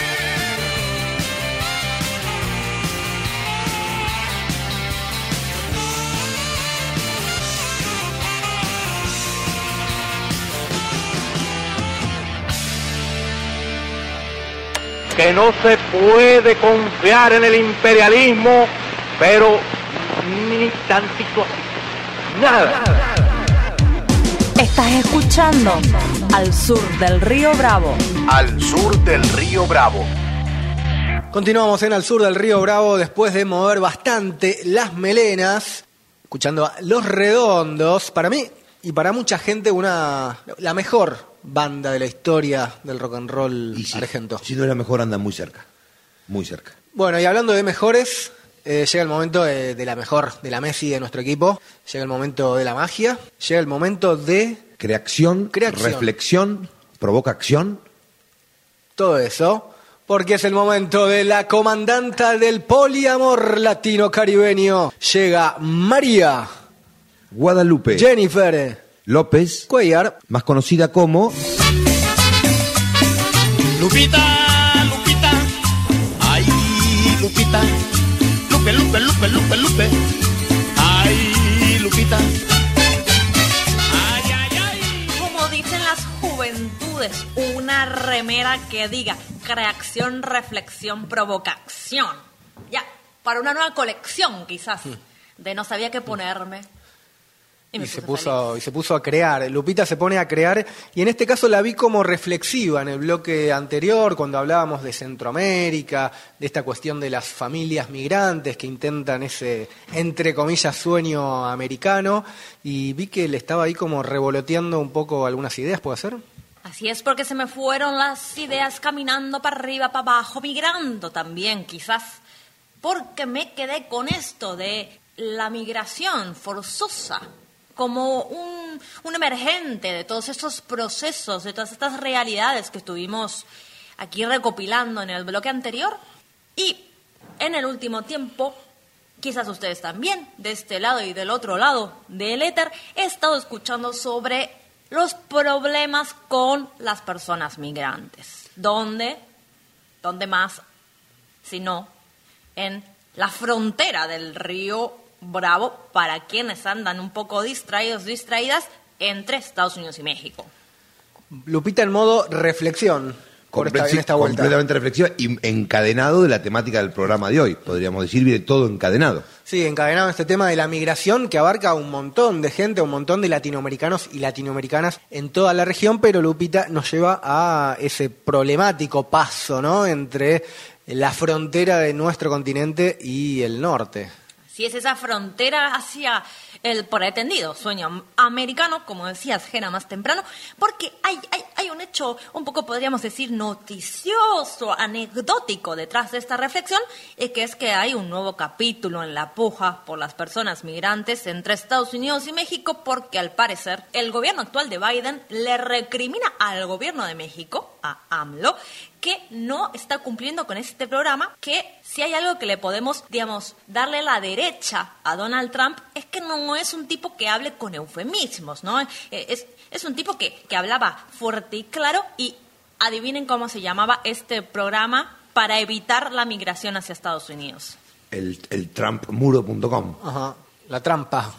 Que no se puede confiar en el imperialismo, pero ni tantito así. Nada. Estás escuchando Al Sur del Río Bravo. Al Sur del Río Bravo. Continuamos en Al Sur del Río Bravo después de mover bastante las melenas, escuchando a Los Redondos. Para mí y para mucha gente la mejor banda de la historia del rock and roll argento. Si no es la mejor, anda muy cerca. Muy cerca. Bueno, y hablando de mejores, llega el momento de la mejor, de la Messi de nuestro equipo. Llega el momento de la magia. Llega el momento de... Creación, reflexión, provoca acción. Todo eso. Porque es el momento de la comandanta del poliamor latino-caribeño. Llega María Guadalupe Jennifer López Cuellar, más conocida como Lupita, Lupita, ay, Lupita, Lupe, Lupe, Lupe, Lupe, Lupe, ay, Lupita. Ay, ay, ay. Como dicen las juventudes, una remera que diga creación, reflexión, provocación. Ya, para una nueva colección quizás, de no sabía qué ponerme. Y se puso a crear. Lupita se pone a crear y en este caso la vi como reflexiva en el bloque anterior cuando hablábamos de Centroamérica, de esta cuestión de las familias migrantes que intentan ese, entre comillas, sueño americano, y vi que le estaba ahí como revoloteando un poco algunas ideas, ¿puede ser? Así es, porque se me fueron las ideas caminando para arriba, para abajo, migrando también quizás, porque me quedé con esto de la migración forzosa como un emergente de todos estos procesos, de todas estas realidades que estuvimos aquí recopilando en el bloque anterior. Y en el último tiempo, quizás ustedes también, de este lado y del otro lado del éter, he estado escuchando sobre los problemas con las personas migrantes. ¿Dónde más, si no en la frontera del río Bravo, para quienes andan un poco distraídas entre Estados Unidos y México? Lupita en modo reflexión. Esta vuelta. Completamente reflexiva y encadenado de la temática del programa de hoy. Podríamos decir, viene todo encadenado. Sí, encadenado este tema de la migración que abarca un montón de gente, un montón de latinoamericanos y latinoamericanas en toda la región, pero Lupita nos lleva a ese problemático paso, ¿no?, entre la frontera de nuestro continente y el norte. Si es esa frontera hacia el pretendido sueño americano, como decías, Gena, más temprano, porque hay un hecho un poco, podríamos decir, noticioso, anecdótico detrás de esta reflexión, y que es que hay un nuevo capítulo en la puja por las personas migrantes entre Estados Unidos y México, porque al parecer el gobierno actual de Biden le recrimina al gobierno de México, a AMLO, que no está cumpliendo con este programa, que si hay algo que le podemos, digamos, darle la derecha a Donald Trump, es que no es un tipo que hable con eufemismos, ¿no? Es un tipo que hablaba fuerte y claro, y adivinen cómo se llamaba este programa para evitar la migración hacia Estados Unidos. El trumpmuro.com. Ajá, la trampa.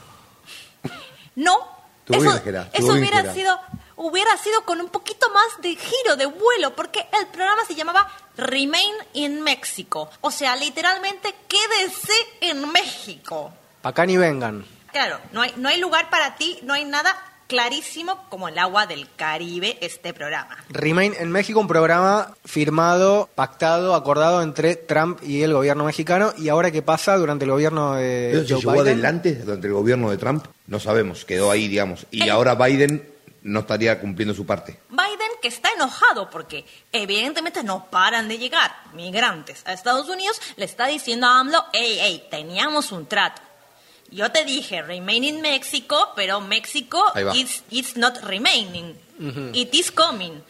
No, eso hubiera sido con un poquito más de giro, de vuelo, porque el programa se llamaba Remain in Mexico. O sea, literalmente, quédese en México. Pa' acá ni vengan. Claro, no hay lugar para ti, no hay nada clarísimo como el agua del Caribe, este programa. Remain en México, un programa firmado, pactado, acordado entre Trump y el gobierno mexicano. ¿Y ahora qué pasa durante el gobierno de Joe Biden? ¿Se llevó adelante durante el gobierno de Trump? No sabemos, quedó ahí, digamos. Y ahora Biden no estaría cumpliendo su parte. Biden, que está enojado porque evidentemente no paran de llegar migrantes a Estados Unidos, le está diciendo a AMLO, hey, teníamos un trato. Yo te dije, remain in Mexico, pero México, it's not remaining. Uh-huh. It is coming.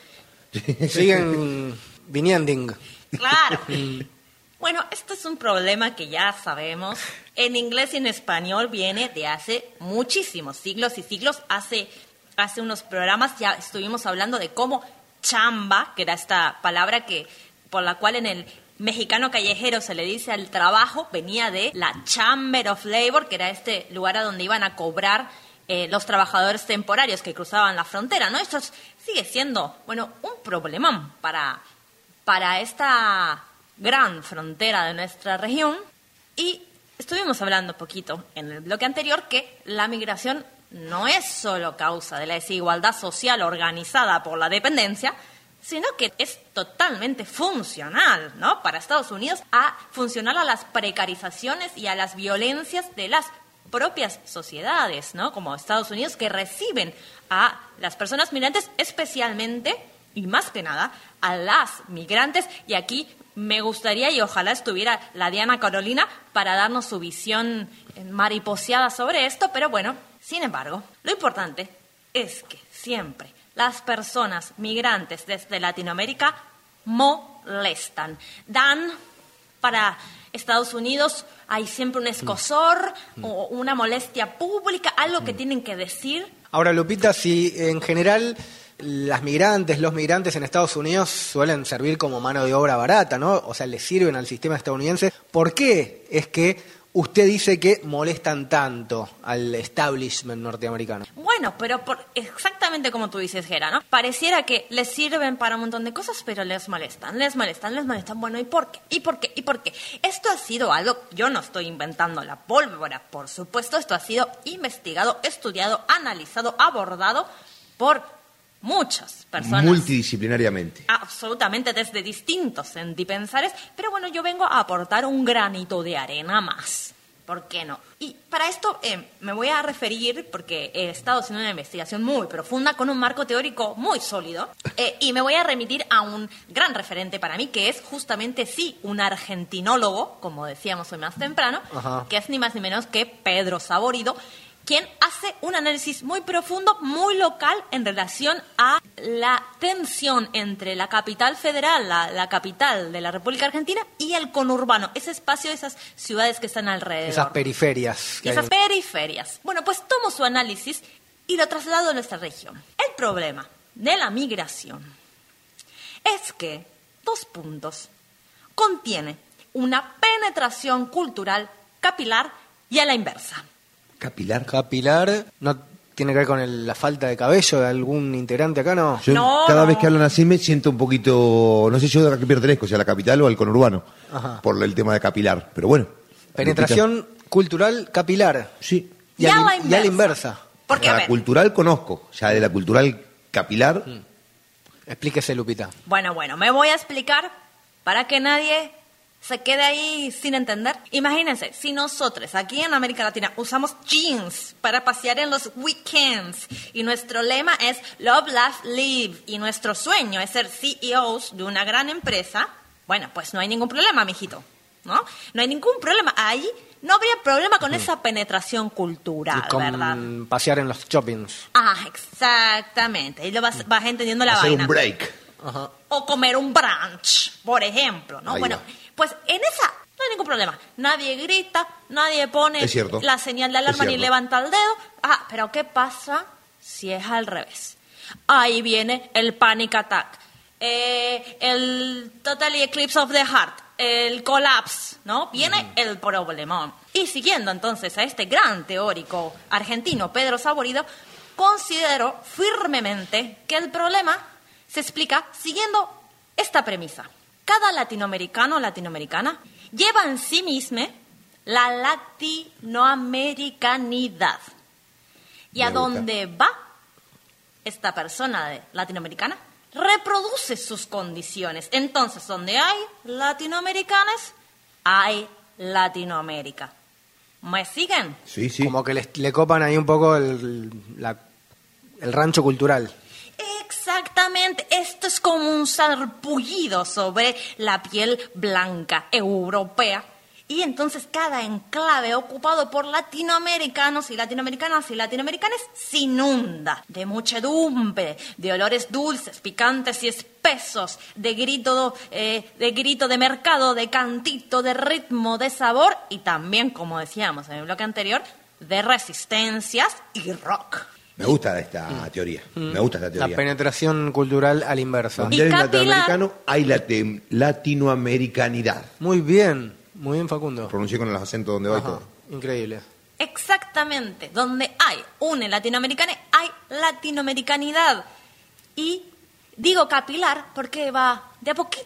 Siguen viniendo. Claro. Bueno, esto es un problema que ya sabemos. En inglés y en español viene de hace muchísimos siglos y siglos. Hace unos programas ya estuvimos hablando de cómo chamba, que era esta palabra por la cual en el mexicano callejero se le dice al trabajo, venía de la Chamber of Labor, que era este lugar a donde iban a cobrar los trabajadores temporarios que cruzaban la frontera, ¿no? Esto sigue siendo, un problemón para esta gran frontera de nuestra región. Y estuvimos hablando un poquito en el bloque anterior que la migración no es solo causa de la desigualdad social organizada por la dependencia, sino que es totalmente funcional, ¿no? Para Estados Unidos, funcional a las precarizaciones y a las violencias de las propias sociedades, ¿no? Como Estados Unidos, que reciben a las personas migrantes, especialmente y más que nada a las migrantes. Y aquí me gustaría, y ojalá estuviera la Diana Carolina para darnos su visión mariposeada sobre esto, pero bueno, sin embargo, lo importante es que siempre las personas migrantes desde Latinoamérica molestan. Dan para Estados Unidos, hay siempre un escozor o una molestia pública, algo que tienen que decir. Ahora, Lupita, si en general los migrantes en Estados Unidos suelen servir como mano de obra barata, ¿no? O sea, le sirven al sistema estadounidense, ¿por qué es que usted dice que molestan tanto al establishment norteamericano? Bueno, pero exactamente como tú dices, Gera, ¿no? Pareciera que les sirven para un montón de cosas, pero les molestan. Bueno, ¿y por qué? ¿Y por qué? Esto ha sido algo, yo no estoy inventando la pólvora, por supuesto, esto ha sido investigado, estudiado, analizado, abordado por muchas personas. Multidisciplinariamente. Absolutamente, desde distintos pensares, pero bueno, yo vengo a aportar un granito de arena más. ¿Por qué no? Y para esto me voy a referir, porque he estado haciendo una investigación muy profunda con un marco teórico muy sólido, y me voy a remitir a un gran referente para mí, que es justamente, sí, un argentinólogo, como decíamos hoy más temprano, que es ni más ni menos que Pedro Saborido, quien hace un análisis muy profundo, muy local, en relación a la tensión entre la capital federal, la capital de la República Argentina, y el conurbano, ese espacio, esas ciudades que están alrededor. Esas periferias. Periferias. Bueno, pues tomo su análisis y lo traslado a nuestra región. El problema de la migración es que, 2 puntos, contiene una penetración cultural capilar y a la inversa. ¿Capilar? ¿No tiene que ver con la falta de cabello de algún integrante acá, no? Yo cada vez que hablan así me siento un poquito, no sé yo de qué pertenezco, si a la capital o al conurbano, por el tema de capilar, pero bueno. Penetración cultural capilar. Sí. Y a la inversa. Porque, la cultural conozco, ya de la cultural capilar. Explíquese, Lupita. Bueno, me voy a explicar para que nadie se quede ahí sin entender. Imagínense, si nosotros aquí en América Latina usamos jeans para pasear en los weekends y nuestro lema es Love, Laugh, Live y nuestro sueño es ser CEOs de una gran empresa, bueno, pues no hay ningún problema, mijito, ¿no? No hay ningún problema. Ahí no habría problema con esa penetración cultural, y con ¿verdad? Pasear en los shoppings. Exactamente. Y lo vas entendiendo la hacer vaina. Un break. O comer un brunch, por ejemplo, ¿no? Ahí bueno, va. Pues en esa no hay ningún problema. Nadie grita, nadie pone la señal de alarma ni levanta el dedo. Pero ¿qué pasa si es al revés? Ahí viene el panic attack, el total eclipse of the heart, el collapse, ¿no? Viene el problemón. Y siguiendo entonces a este gran teórico argentino, Pedro Saborido, considero firmemente que el problema se explica siguiendo esta premisa. Cada latinoamericano o latinoamericana lleva en sí mismo la latinoamericanidad. Y a donde va esta persona latinoamericana, reproduce sus condiciones. Entonces, donde hay latinoamericanos, hay Latinoamérica. ¿Me siguen? Sí. Como que le copan ahí un poco el rancho cultural. Exactamente, esto es como un sarpullido sobre la piel blanca europea. Y entonces cada enclave ocupado por latinoamericanos y latinoamericanas y latinoamericanas se inunda de muchedumbre, de olores dulces, picantes y espesos, de grito de mercado, de cantito, de ritmo, de sabor y también, como decíamos en el bloque anterior, de resistencias y rock. Me gusta esta teoría. La penetración cultural a la inversa. Donde hay latinoamericano, hay latinoamericanidad. Muy bien, Facundo. Pronuncié con los acentos donde va y todo. Increíble. Exactamente. Donde hay un latinoamericano, hay latinoamericanidad. Y digo capilar porque va de a poquito,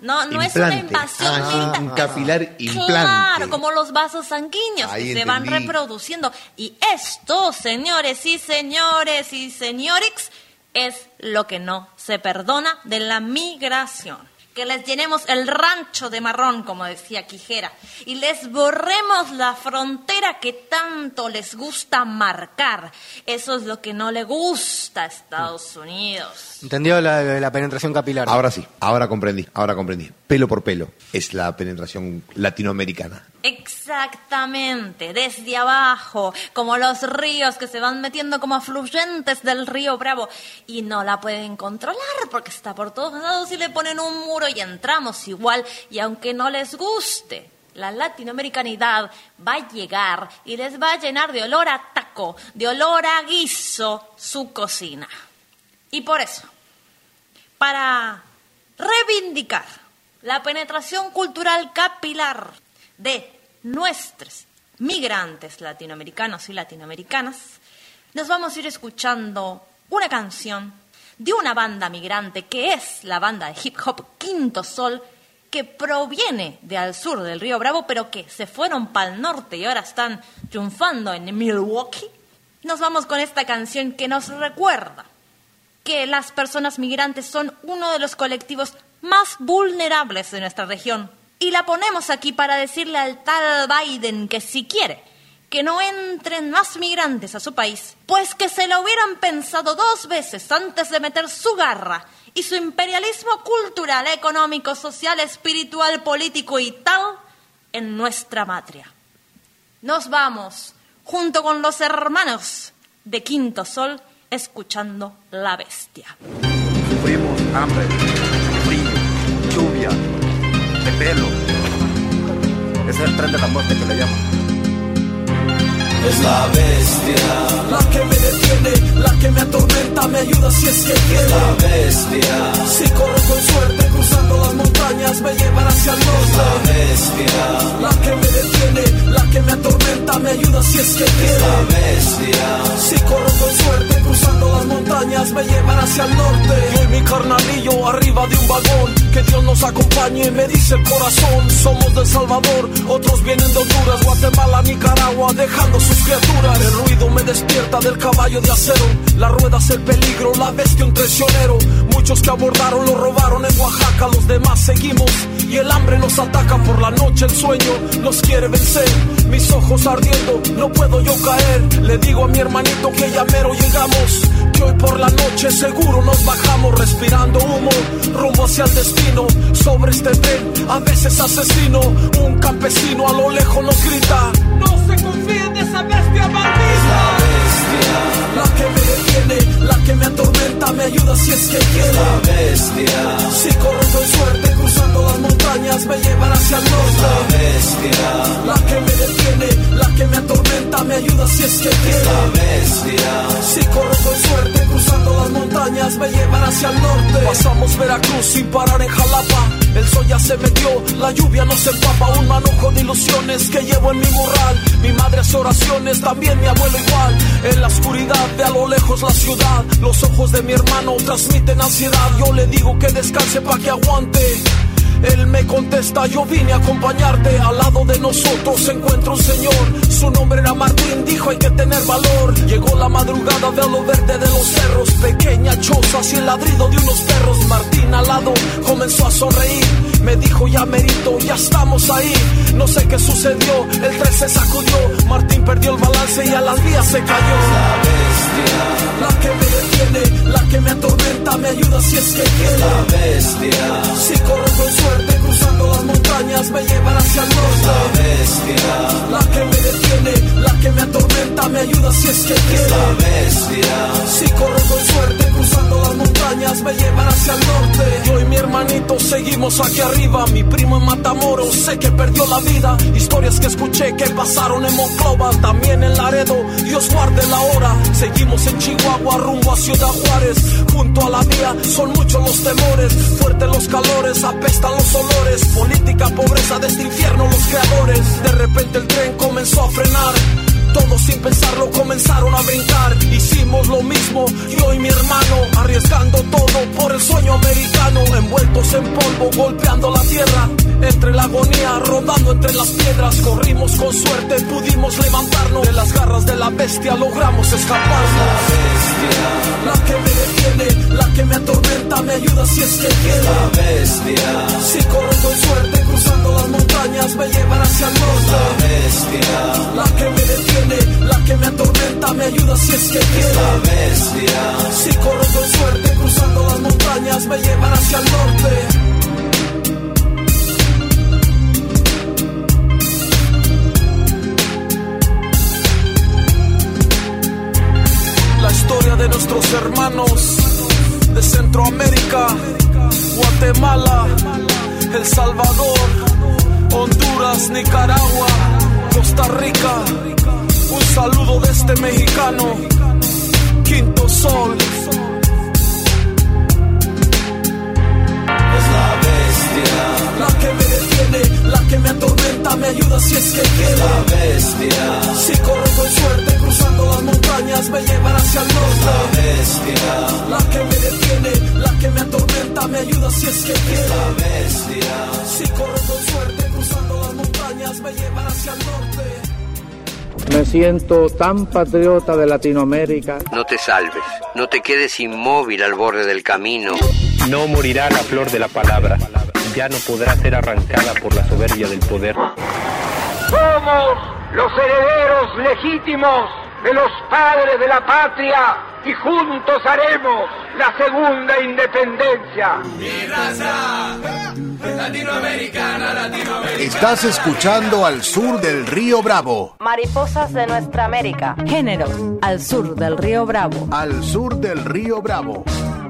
No es una invasión militar. Un capilar implante. Claro, como los vasos sanguíneos que se van entendí. reproduciendo. Y esto, señores y señores y señorix, es lo que no se perdona de la migración. Que les llenemos el rancho de marrón, como decía Quijera, y les borremos la frontera que tanto les gusta marcar. Eso es lo que no le gusta a Estados Unidos. ¿Entendió la penetración capilar? Ahora sí, ahora comprendí. Pelo por pelo es la penetración latinoamericana. Exactamente, desde abajo, como los ríos que se van metiendo como afluentes del río Bravo y no la pueden controlar porque está por todos lados y le ponen un muro y entramos igual, y aunque no les guste, la latinoamericanidad va a llegar y les va a llenar de olor a taco, de olor a guiso su cocina. Y por eso, para reivindicar la penetración cultural capilar de nuestros migrantes latinoamericanos y latinoamericanas, nos vamos a ir escuchando una canción de una banda migrante que es la banda de hip hop Quinto Sol, que proviene de al sur del Río Bravo, pero que se fueron para el norte y ahora están triunfando en Milwaukee. Nos vamos con esta canción que nos recuerda que las personas migrantes son uno de los colectivos más vulnerables de nuestra región. Y la ponemos aquí para decirle al tal Biden que si quiere que no entren más migrantes a su país, pues que se lo hubieran pensado 2 veces antes de meter su garra y su imperialismo cultural, económico, social, espiritual, político y tal en nuestra patria. Nos vamos, junto con los hermanos de Quinto Sol, escuchando La Bestia. Sufrimos hambre, frío, lluvia, de pelo. Es el tren de la muerte que le llaman. Es la bestia, la que me detiene, la que me atormenta, me ayuda si es que quiere. La bestia, si corro con suerte cruzando las montañas, me llevará hacia el norte. La bestia, la que me detiene, la que me atormenta, me ayuda si es que quiere. La bestia, si corro con suerte cruzando las montañas, me llevará hacia el norte. Yo y mi carnalillo arriba de un vagón, que Dios nos acompañe, me dice el corazón. Somos de El Salvador, otros vienen de Honduras, Guatemala, Nicaragua, dejando sus criaturas. El ruido me despierta del caballo de acero, las ruedas el peligro, la bestia un traicionero. Muchos que abordaron lo robaron en Oaxaca, los demás seguimos y el hambre nos ataca. Por la noche el sueño nos quiere vencer, mis ojos ardiendo, no puedo yo caer. Le digo a mi hermanito que ya mero llegamos, que hoy por la noche seguro nos bajamos. Respirando humo, rumbo hacia el destino. Sobre este tren, a veces asesino. Un campesino a lo lejos nos grita: no se confíen de esa bestia maldita. La bestia, la que me detiene, la que me atormenta, me ayuda si es que quiere. La bestia, si corro con suerte cruzando las montañas, me llevará hacia el norte. La bestia, la que me detiene, la que me atormenta, me ayuda si es que quiere. La bestia, si corro con suerte cruzando las montañas, me llevará hacia el norte. Pasamos Veracruz sin parar en Jalapa, el sol ya se metió, la lluvia nos empapa. Un manojo de ilusiones que llevo en mi morral. Mi madre hace oraciones, también mi abuelo igual. En la oscuridad ve a lo lejos la ciudad. Los ojos de mi hermano transmiten ansiedad. Yo le digo que descanse pa' que aguante. Él me contesta: yo vine a acompañarte. Al lado de nosotros se encuentra un señor, su nombre era Martín, dijo hay que tener valor. Llegó la madrugada de lo verde de los cerros, pequeña choza y el ladrido de unos perros. Martín al lado comenzó a sonreír, me dijo: ya merito, ya estamos ahí. No sé qué sucedió, el tren se sacudió, Martín perdió el balance y a las vías se cayó. La bestia, la que me detiene, la que me atormenta, me ayuda si es que quiere. La bestia, si corro con suerte cruzando las montañas, me llevará hacia el norte. La bestia, la que me detiene, la que me atormenta, me ayuda si es que quiere. La bestia, si corro con suerte cruzando las montañas, me llevará hacia el norte. Yo y mi hermanito seguimos aquí arriba, mi primo en Matamoros sé que perdió la vida. Historias que escuché que pasaron en Monclova, también en Laredo, Dios guarde la hora. Seguimos en Chihuahua rumbo a Ciudad Juárez, junto a la vía son muchos los temores. Fuertes los calores, apestan los olores, política, pobreza, de este infierno los creadores. De repente el tren comenzó a frenar, Todos sin pensarlo comenzaron a brincar. Hicimos lo mismo, yo y mi hermano, arriesgando todo por el sueño americano. Envueltos en polvo, golpeando la tierra, entre la agonía, rodando entre las piedras. Corrimos con suerte, pudimos levantarnos. De las garras de la bestia logramos escapar. La bestia, la que me detiene, la que me atormenta, me ayuda si es que quiere. La bestia, si corro con suerte, cruzando las montañas, me llevan hacia el norte. La bestia, la que me detiene, la que me atormenta, me ayuda si es que quiere. La bestia, si corro con suerte, cruzando las montañas, me llevan hacia el norte. La historia de nuestros hermanos de Centroamérica, Guatemala, El Salvador, Honduras, Nicaragua, Costa Rica. Un saludo de este mexicano, Quinto Sol. Es la bestia, la que me detiene, la que me atormenta, me ayuda si es que quiere. La bestia, si corro con suerte, cruzando las montañas, me llevan hacia el norte. La bestia, la que me detiene, la que me atormenta, me ayuda si es que quiere. La bestia, si corro con suerte, cruzando las montañas, me llevan hacia el norte. Me siento tan patriota de Latinoamérica. No te salves, no te quedes inmóvil al borde del camino. No morirá la flor de la palabra, ya no podrá ser arrancada por la soberbia del poder. Somos los herederos legítimos de los padres de la patria y juntos haremos la segunda independencia. Mi raza latinoamericana, latinoamericana. Estás escuchando Al Sur del Río Bravo. Mariposas de nuestra América. Género, al sur del río Bravo. Al sur del Río Bravo.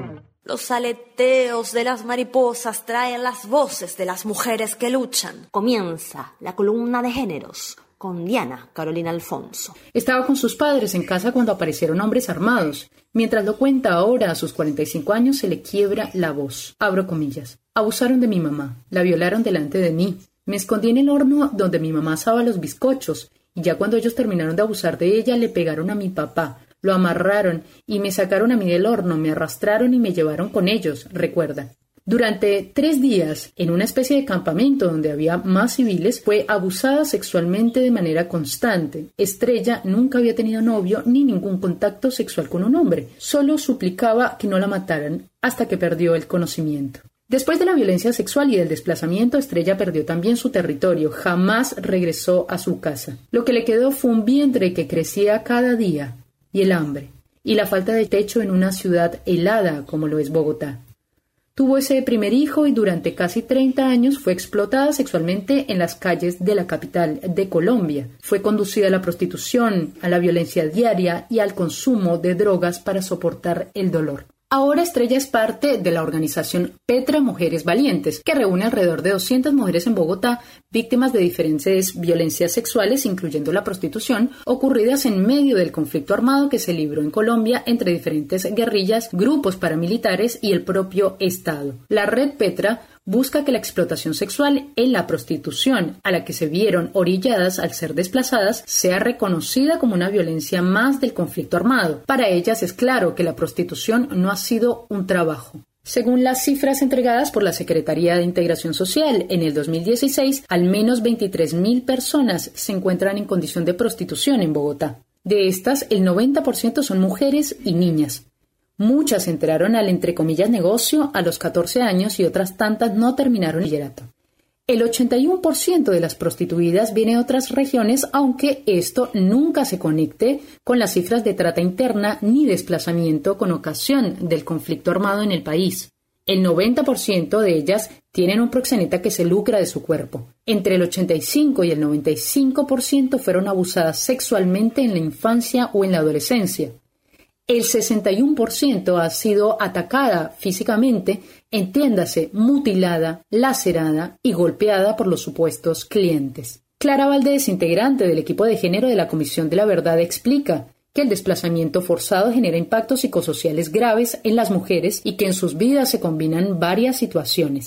Los aleteos de las mariposas traen las voces de las mujeres que luchan. Comienza la columna de géneros con Diana Carolina Alfonso. Estaba con sus padres en casa cuando aparecieron hombres armados. Mientras lo cuenta ahora, a sus 45 años, se le quiebra la voz. Abro comillas. Abusaron de mi mamá. La violaron delante de mí. Me escondí en el horno donde mi mamá asaba los bizcochos. Y ya cuando ellos terminaron de abusar de ella, le pegaron a mi papá. Lo amarraron y me sacaron a mí del horno, me arrastraron y me llevaron con ellos, recuerda. Durante 3 días, en una especie de campamento donde había más civiles, fue abusada sexualmente de manera constante. Estrella nunca había tenido novio ni ningún contacto sexual con un hombre. Solo suplicaba que no la mataran hasta que perdió el conocimiento. Después de la violencia sexual y del desplazamiento, Estrella perdió también su territorio. Jamás regresó a su casa. Lo que le quedó fue un vientre que crecía cada día, y el hambre, y la falta de techo en una ciudad helada como lo es Bogotá. Tuvo ese primer hijo y durante casi 30 años fue explotada sexualmente en las calles de la capital de Colombia. Fue conducida a la prostitución, a la violencia diaria y al consumo de drogas para soportar el dolor. Ahora Estrella es parte de la organización Petra Mujeres Valientes, que reúne alrededor de 200 mujeres en Bogotá, víctimas de diferentes violencias sexuales, incluyendo la prostitución, ocurridas en medio del conflicto armado que se libró en Colombia entre diferentes guerrillas, grupos paramilitares y el propio Estado. La red Petra busca que la explotación sexual en la prostitución, a la que se vieron orilladas al ser desplazadas, sea reconocida como una violencia más del conflicto armado. Para ellas es claro que la prostitución no ha sido un trabajo. Según las cifras entregadas por la Secretaría de Integración Social, en el 2016, al menos 23.000 personas se encuentran en condición de prostitución en Bogotá. De estas, el 90% son mujeres y niñas. Muchas entraron al, entre comillas, negocio a los 14 años y otras tantas no terminaron el bachillerato. El 81% de las prostituidas viene de otras regiones, aunque esto nunca se conecte con las cifras de trata interna ni desplazamiento con ocasión del conflicto armado en el país. El 90% de ellas tienen un proxeneta que se lucra de su cuerpo. Entre el 85 y el 95% fueron abusadas sexualmente en la infancia o en la adolescencia. El 61% ha sido atacada físicamente, entiéndase, mutilada, lacerada y golpeada por los supuestos clientes. Clara Valdés, integrante del equipo de género de la Comisión de la Verdad, explica que el desplazamiento forzado genera impactos psicosociales graves en las mujeres y que en sus vidas se combinan varias situaciones.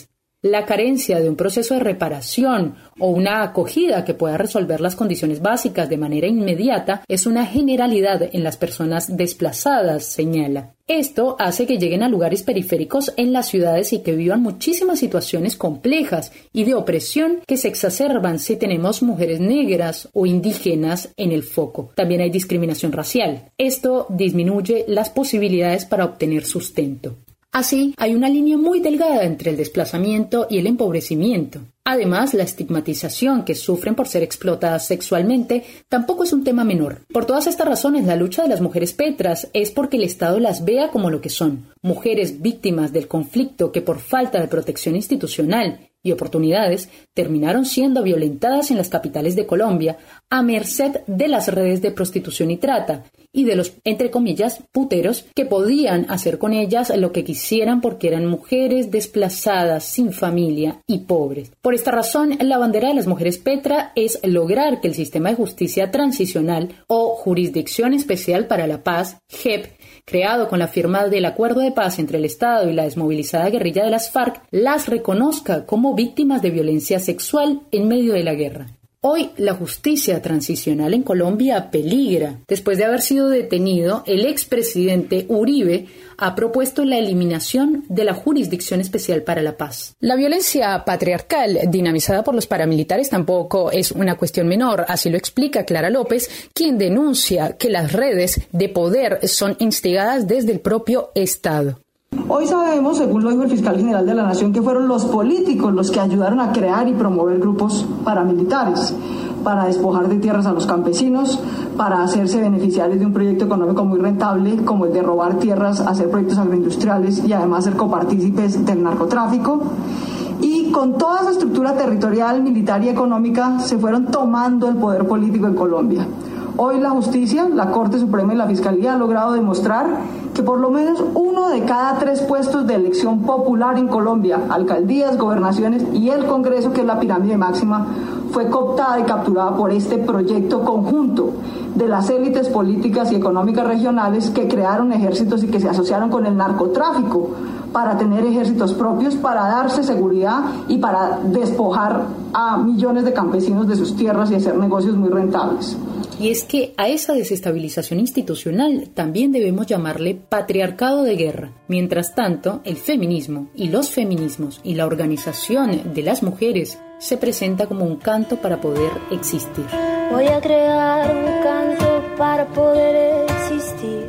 la carencia de un proceso de reparación o una acogida que pueda resolver las condiciones básicas de manera inmediata es una generalidad en las personas desplazadas, señala. Esto hace que lleguen a lugares periféricos en las ciudades y que vivan muchísimas situaciones complejas y de opresión que se exacerban si tenemos mujeres negras o indígenas en el foco. También hay discriminación racial. Esto disminuye las posibilidades para obtener sustento. Así, hay una línea muy delgada entre el desplazamiento y el empobrecimiento. Además, la estigmatización que sufren por ser explotadas sexualmente tampoco es un tema menor. Por todas estas razones, la lucha de las mujeres petras es porque el Estado las vea como lo que son, mujeres víctimas del conflicto que por falta de protección institucional y oportunidades terminaron siendo violentadas en las capitales de Colombia a merced de las redes de prostitución y trata y de los, entre comillas, puteros que podían hacer con ellas lo que quisieran porque eran mujeres desplazadas, sin familia y pobres. Por esta razón, la bandera de las mujeres Petra es lograr que el sistema de justicia transicional o Jurisdicción Especial para la Paz, JEP, creado con la firma del Acuerdo de Paz entre el Estado y la desmovilizada guerrilla de las FARC, las reconozca como víctimas de violencia sexual en medio de la guerra. Hoy, la justicia transicional en Colombia peligra. Después de haber sido detenido, el expresidente Uribe ha propuesto la eliminación de la Jurisdicción Especial para la Paz. La violencia patriarcal dinamizada por los paramilitares tampoco es una cuestión menor, así lo explica Clara López, quien denuncia que las redes de poder son instigadas desde el propio Estado. Hoy sabemos, según lo dijo el fiscal general de la Nación, que fueron los políticos los que ayudaron a crear y promover grupos paramilitares para despojar de tierras a los campesinos, para hacerse beneficiarios de un proyecto económico muy rentable como el de robar tierras, hacer proyectos agroindustriales y además ser copartícipes del narcotráfico. Y con toda esa estructura territorial, militar y económica se fueron tomando el poder político en Colombia. Hoy la justicia, la Corte Suprema y la Fiscalía han logrado demostrar que por lo menos 1 de cada 3 puestos de elección popular en Colombia, alcaldías, gobernaciones y el Congreso, que es la pirámide máxima, fue cooptada y capturada por este proyecto conjunto de las élites políticas y económicas regionales que crearon ejércitos y que se asociaron con el narcotráfico para tener ejércitos propios, para darse seguridad y para despojar a millones de campesinos de sus tierras y hacer negocios muy rentables. Y es que a esa desestabilización institucional también debemos llamarle patriarcado de guerra. Mientras tanto, el feminismo y los feminismos y la organización de las mujeres se presenta como un canto para poder existir. Voy a crear un canto para poder existir,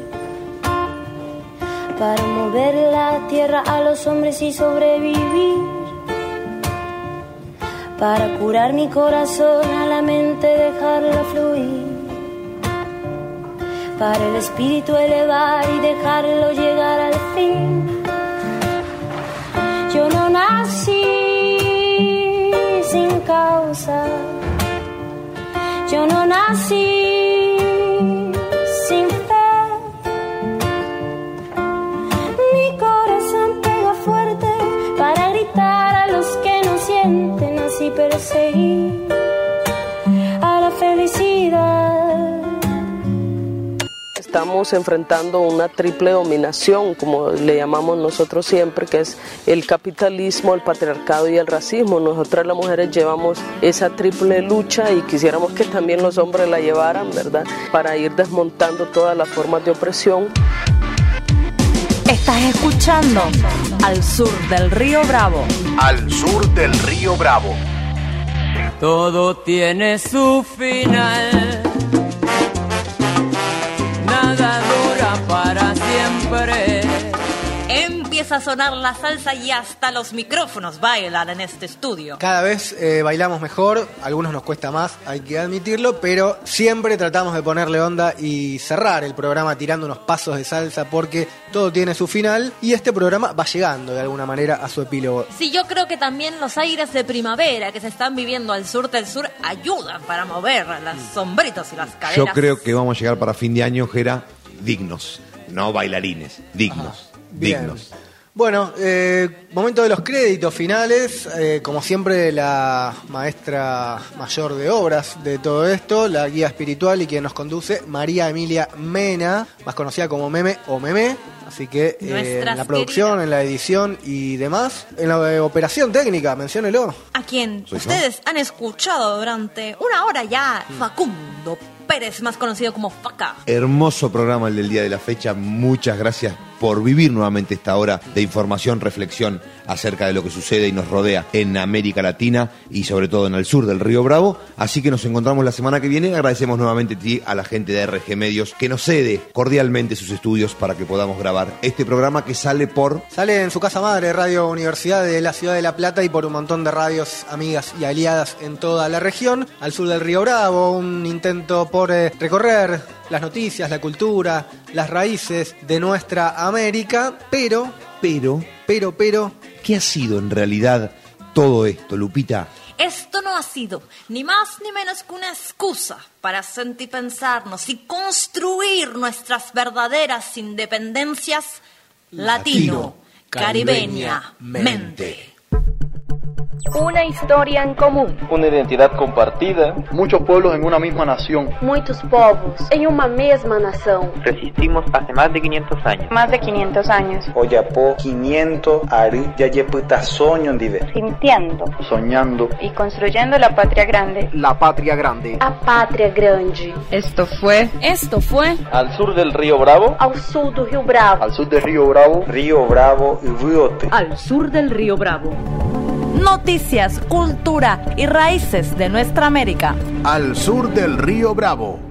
para mover la tierra a los hombres y sobrevivir, para curar mi corazón a la mente, dejarla fluir, para el espíritu elevar y dejarlo llegar al fin. Yo no nací sin causa, yo no nací sin fe. Mi corazón pega fuerte para gritar a los que no sienten, así perseguir a la felicidad. Estamos enfrentando una triple dominación, como le llamamos nosotros siempre, que es el capitalismo, el patriarcado y el racismo. Nosotras las mujeres llevamos esa triple lucha y quisiéramos que también los hombres la llevaran, ¿verdad? Para ir desmontando todas las formas de opresión. Estás escuchando Al Sur del Río Bravo. Al Sur del Río Bravo. Todo tiene su final. Nada dura para siempre. Empieza a sonar la salsa y hasta los micrófonos bailan en este estudio. Cada vez bailamos mejor, a algunos nos cuesta más, hay que admitirlo, pero siempre tratamos de ponerle onda y cerrar el programa tirando unos pasos de salsa porque todo tiene su final y este programa va llegando de alguna manera a su epílogo. Sí, yo creo que también los aires de primavera que se están viviendo al sur del sur ayudan para mover las sombritos y las caderas. Yo creo que vamos a llegar para fin de año, Jera, dignos, no bailarines, dignos. Bien. Dignos. Bueno, momento de los créditos finales, como siempre la maestra mayor de obras de todo esto, la guía espiritual y quien nos conduce, María Emilia Mena, más conocida como Meme o Memé, así que en la producción, queridas, en la edición y demás, en la operación técnica, menciónelo. A quien ustedes han escuchado durante una hora ya, Facundo Pérez, más conocido como Faca. Hermoso programa el del día de la fecha, muchas gracias por vivir nuevamente esta hora de información, reflexión acerca de lo que sucede y nos rodea en América Latina y sobre todo en el sur del Río Bravo. Así que nos encontramos la semana que viene. Agradecemos nuevamente a la gente de RG Medios que nos cede cordialmente sus estudios para que podamos grabar este programa que sale en su casa madre, Radio Universidad de la Ciudad de La Plata, y por un montón de radios amigas y aliadas en toda la región, al sur del Río Bravo, un intento por recorrer las noticias, la cultura, las raíces de nuestra América, pero, ¿qué ha sido en realidad todo esto, Lupita? Esto no ha sido ni más ni menos que una excusa para sentipensarnos y construir nuestras verdaderas independencias latino-caribeñamente. Una historia en común. Una identidad compartida. Muchos pueblos en una misma nación. Muchos povos en una misma nación. Resistimos hace más de 500 años. Más de 500 años. Oyapo 500 ari yayeputa soñondive. Sintiendo. Soñando. Y construyendo la patria grande. La patria grande. A patria grande. Esto fue Al sur del Río Bravo. Al sur del Río Bravo. Al sur del Río Bravo. Río Bravo y Riote. Al sur del Río Bravo. Noticias, cultura y raíces de nuestra América. Al sur del Río Bravo.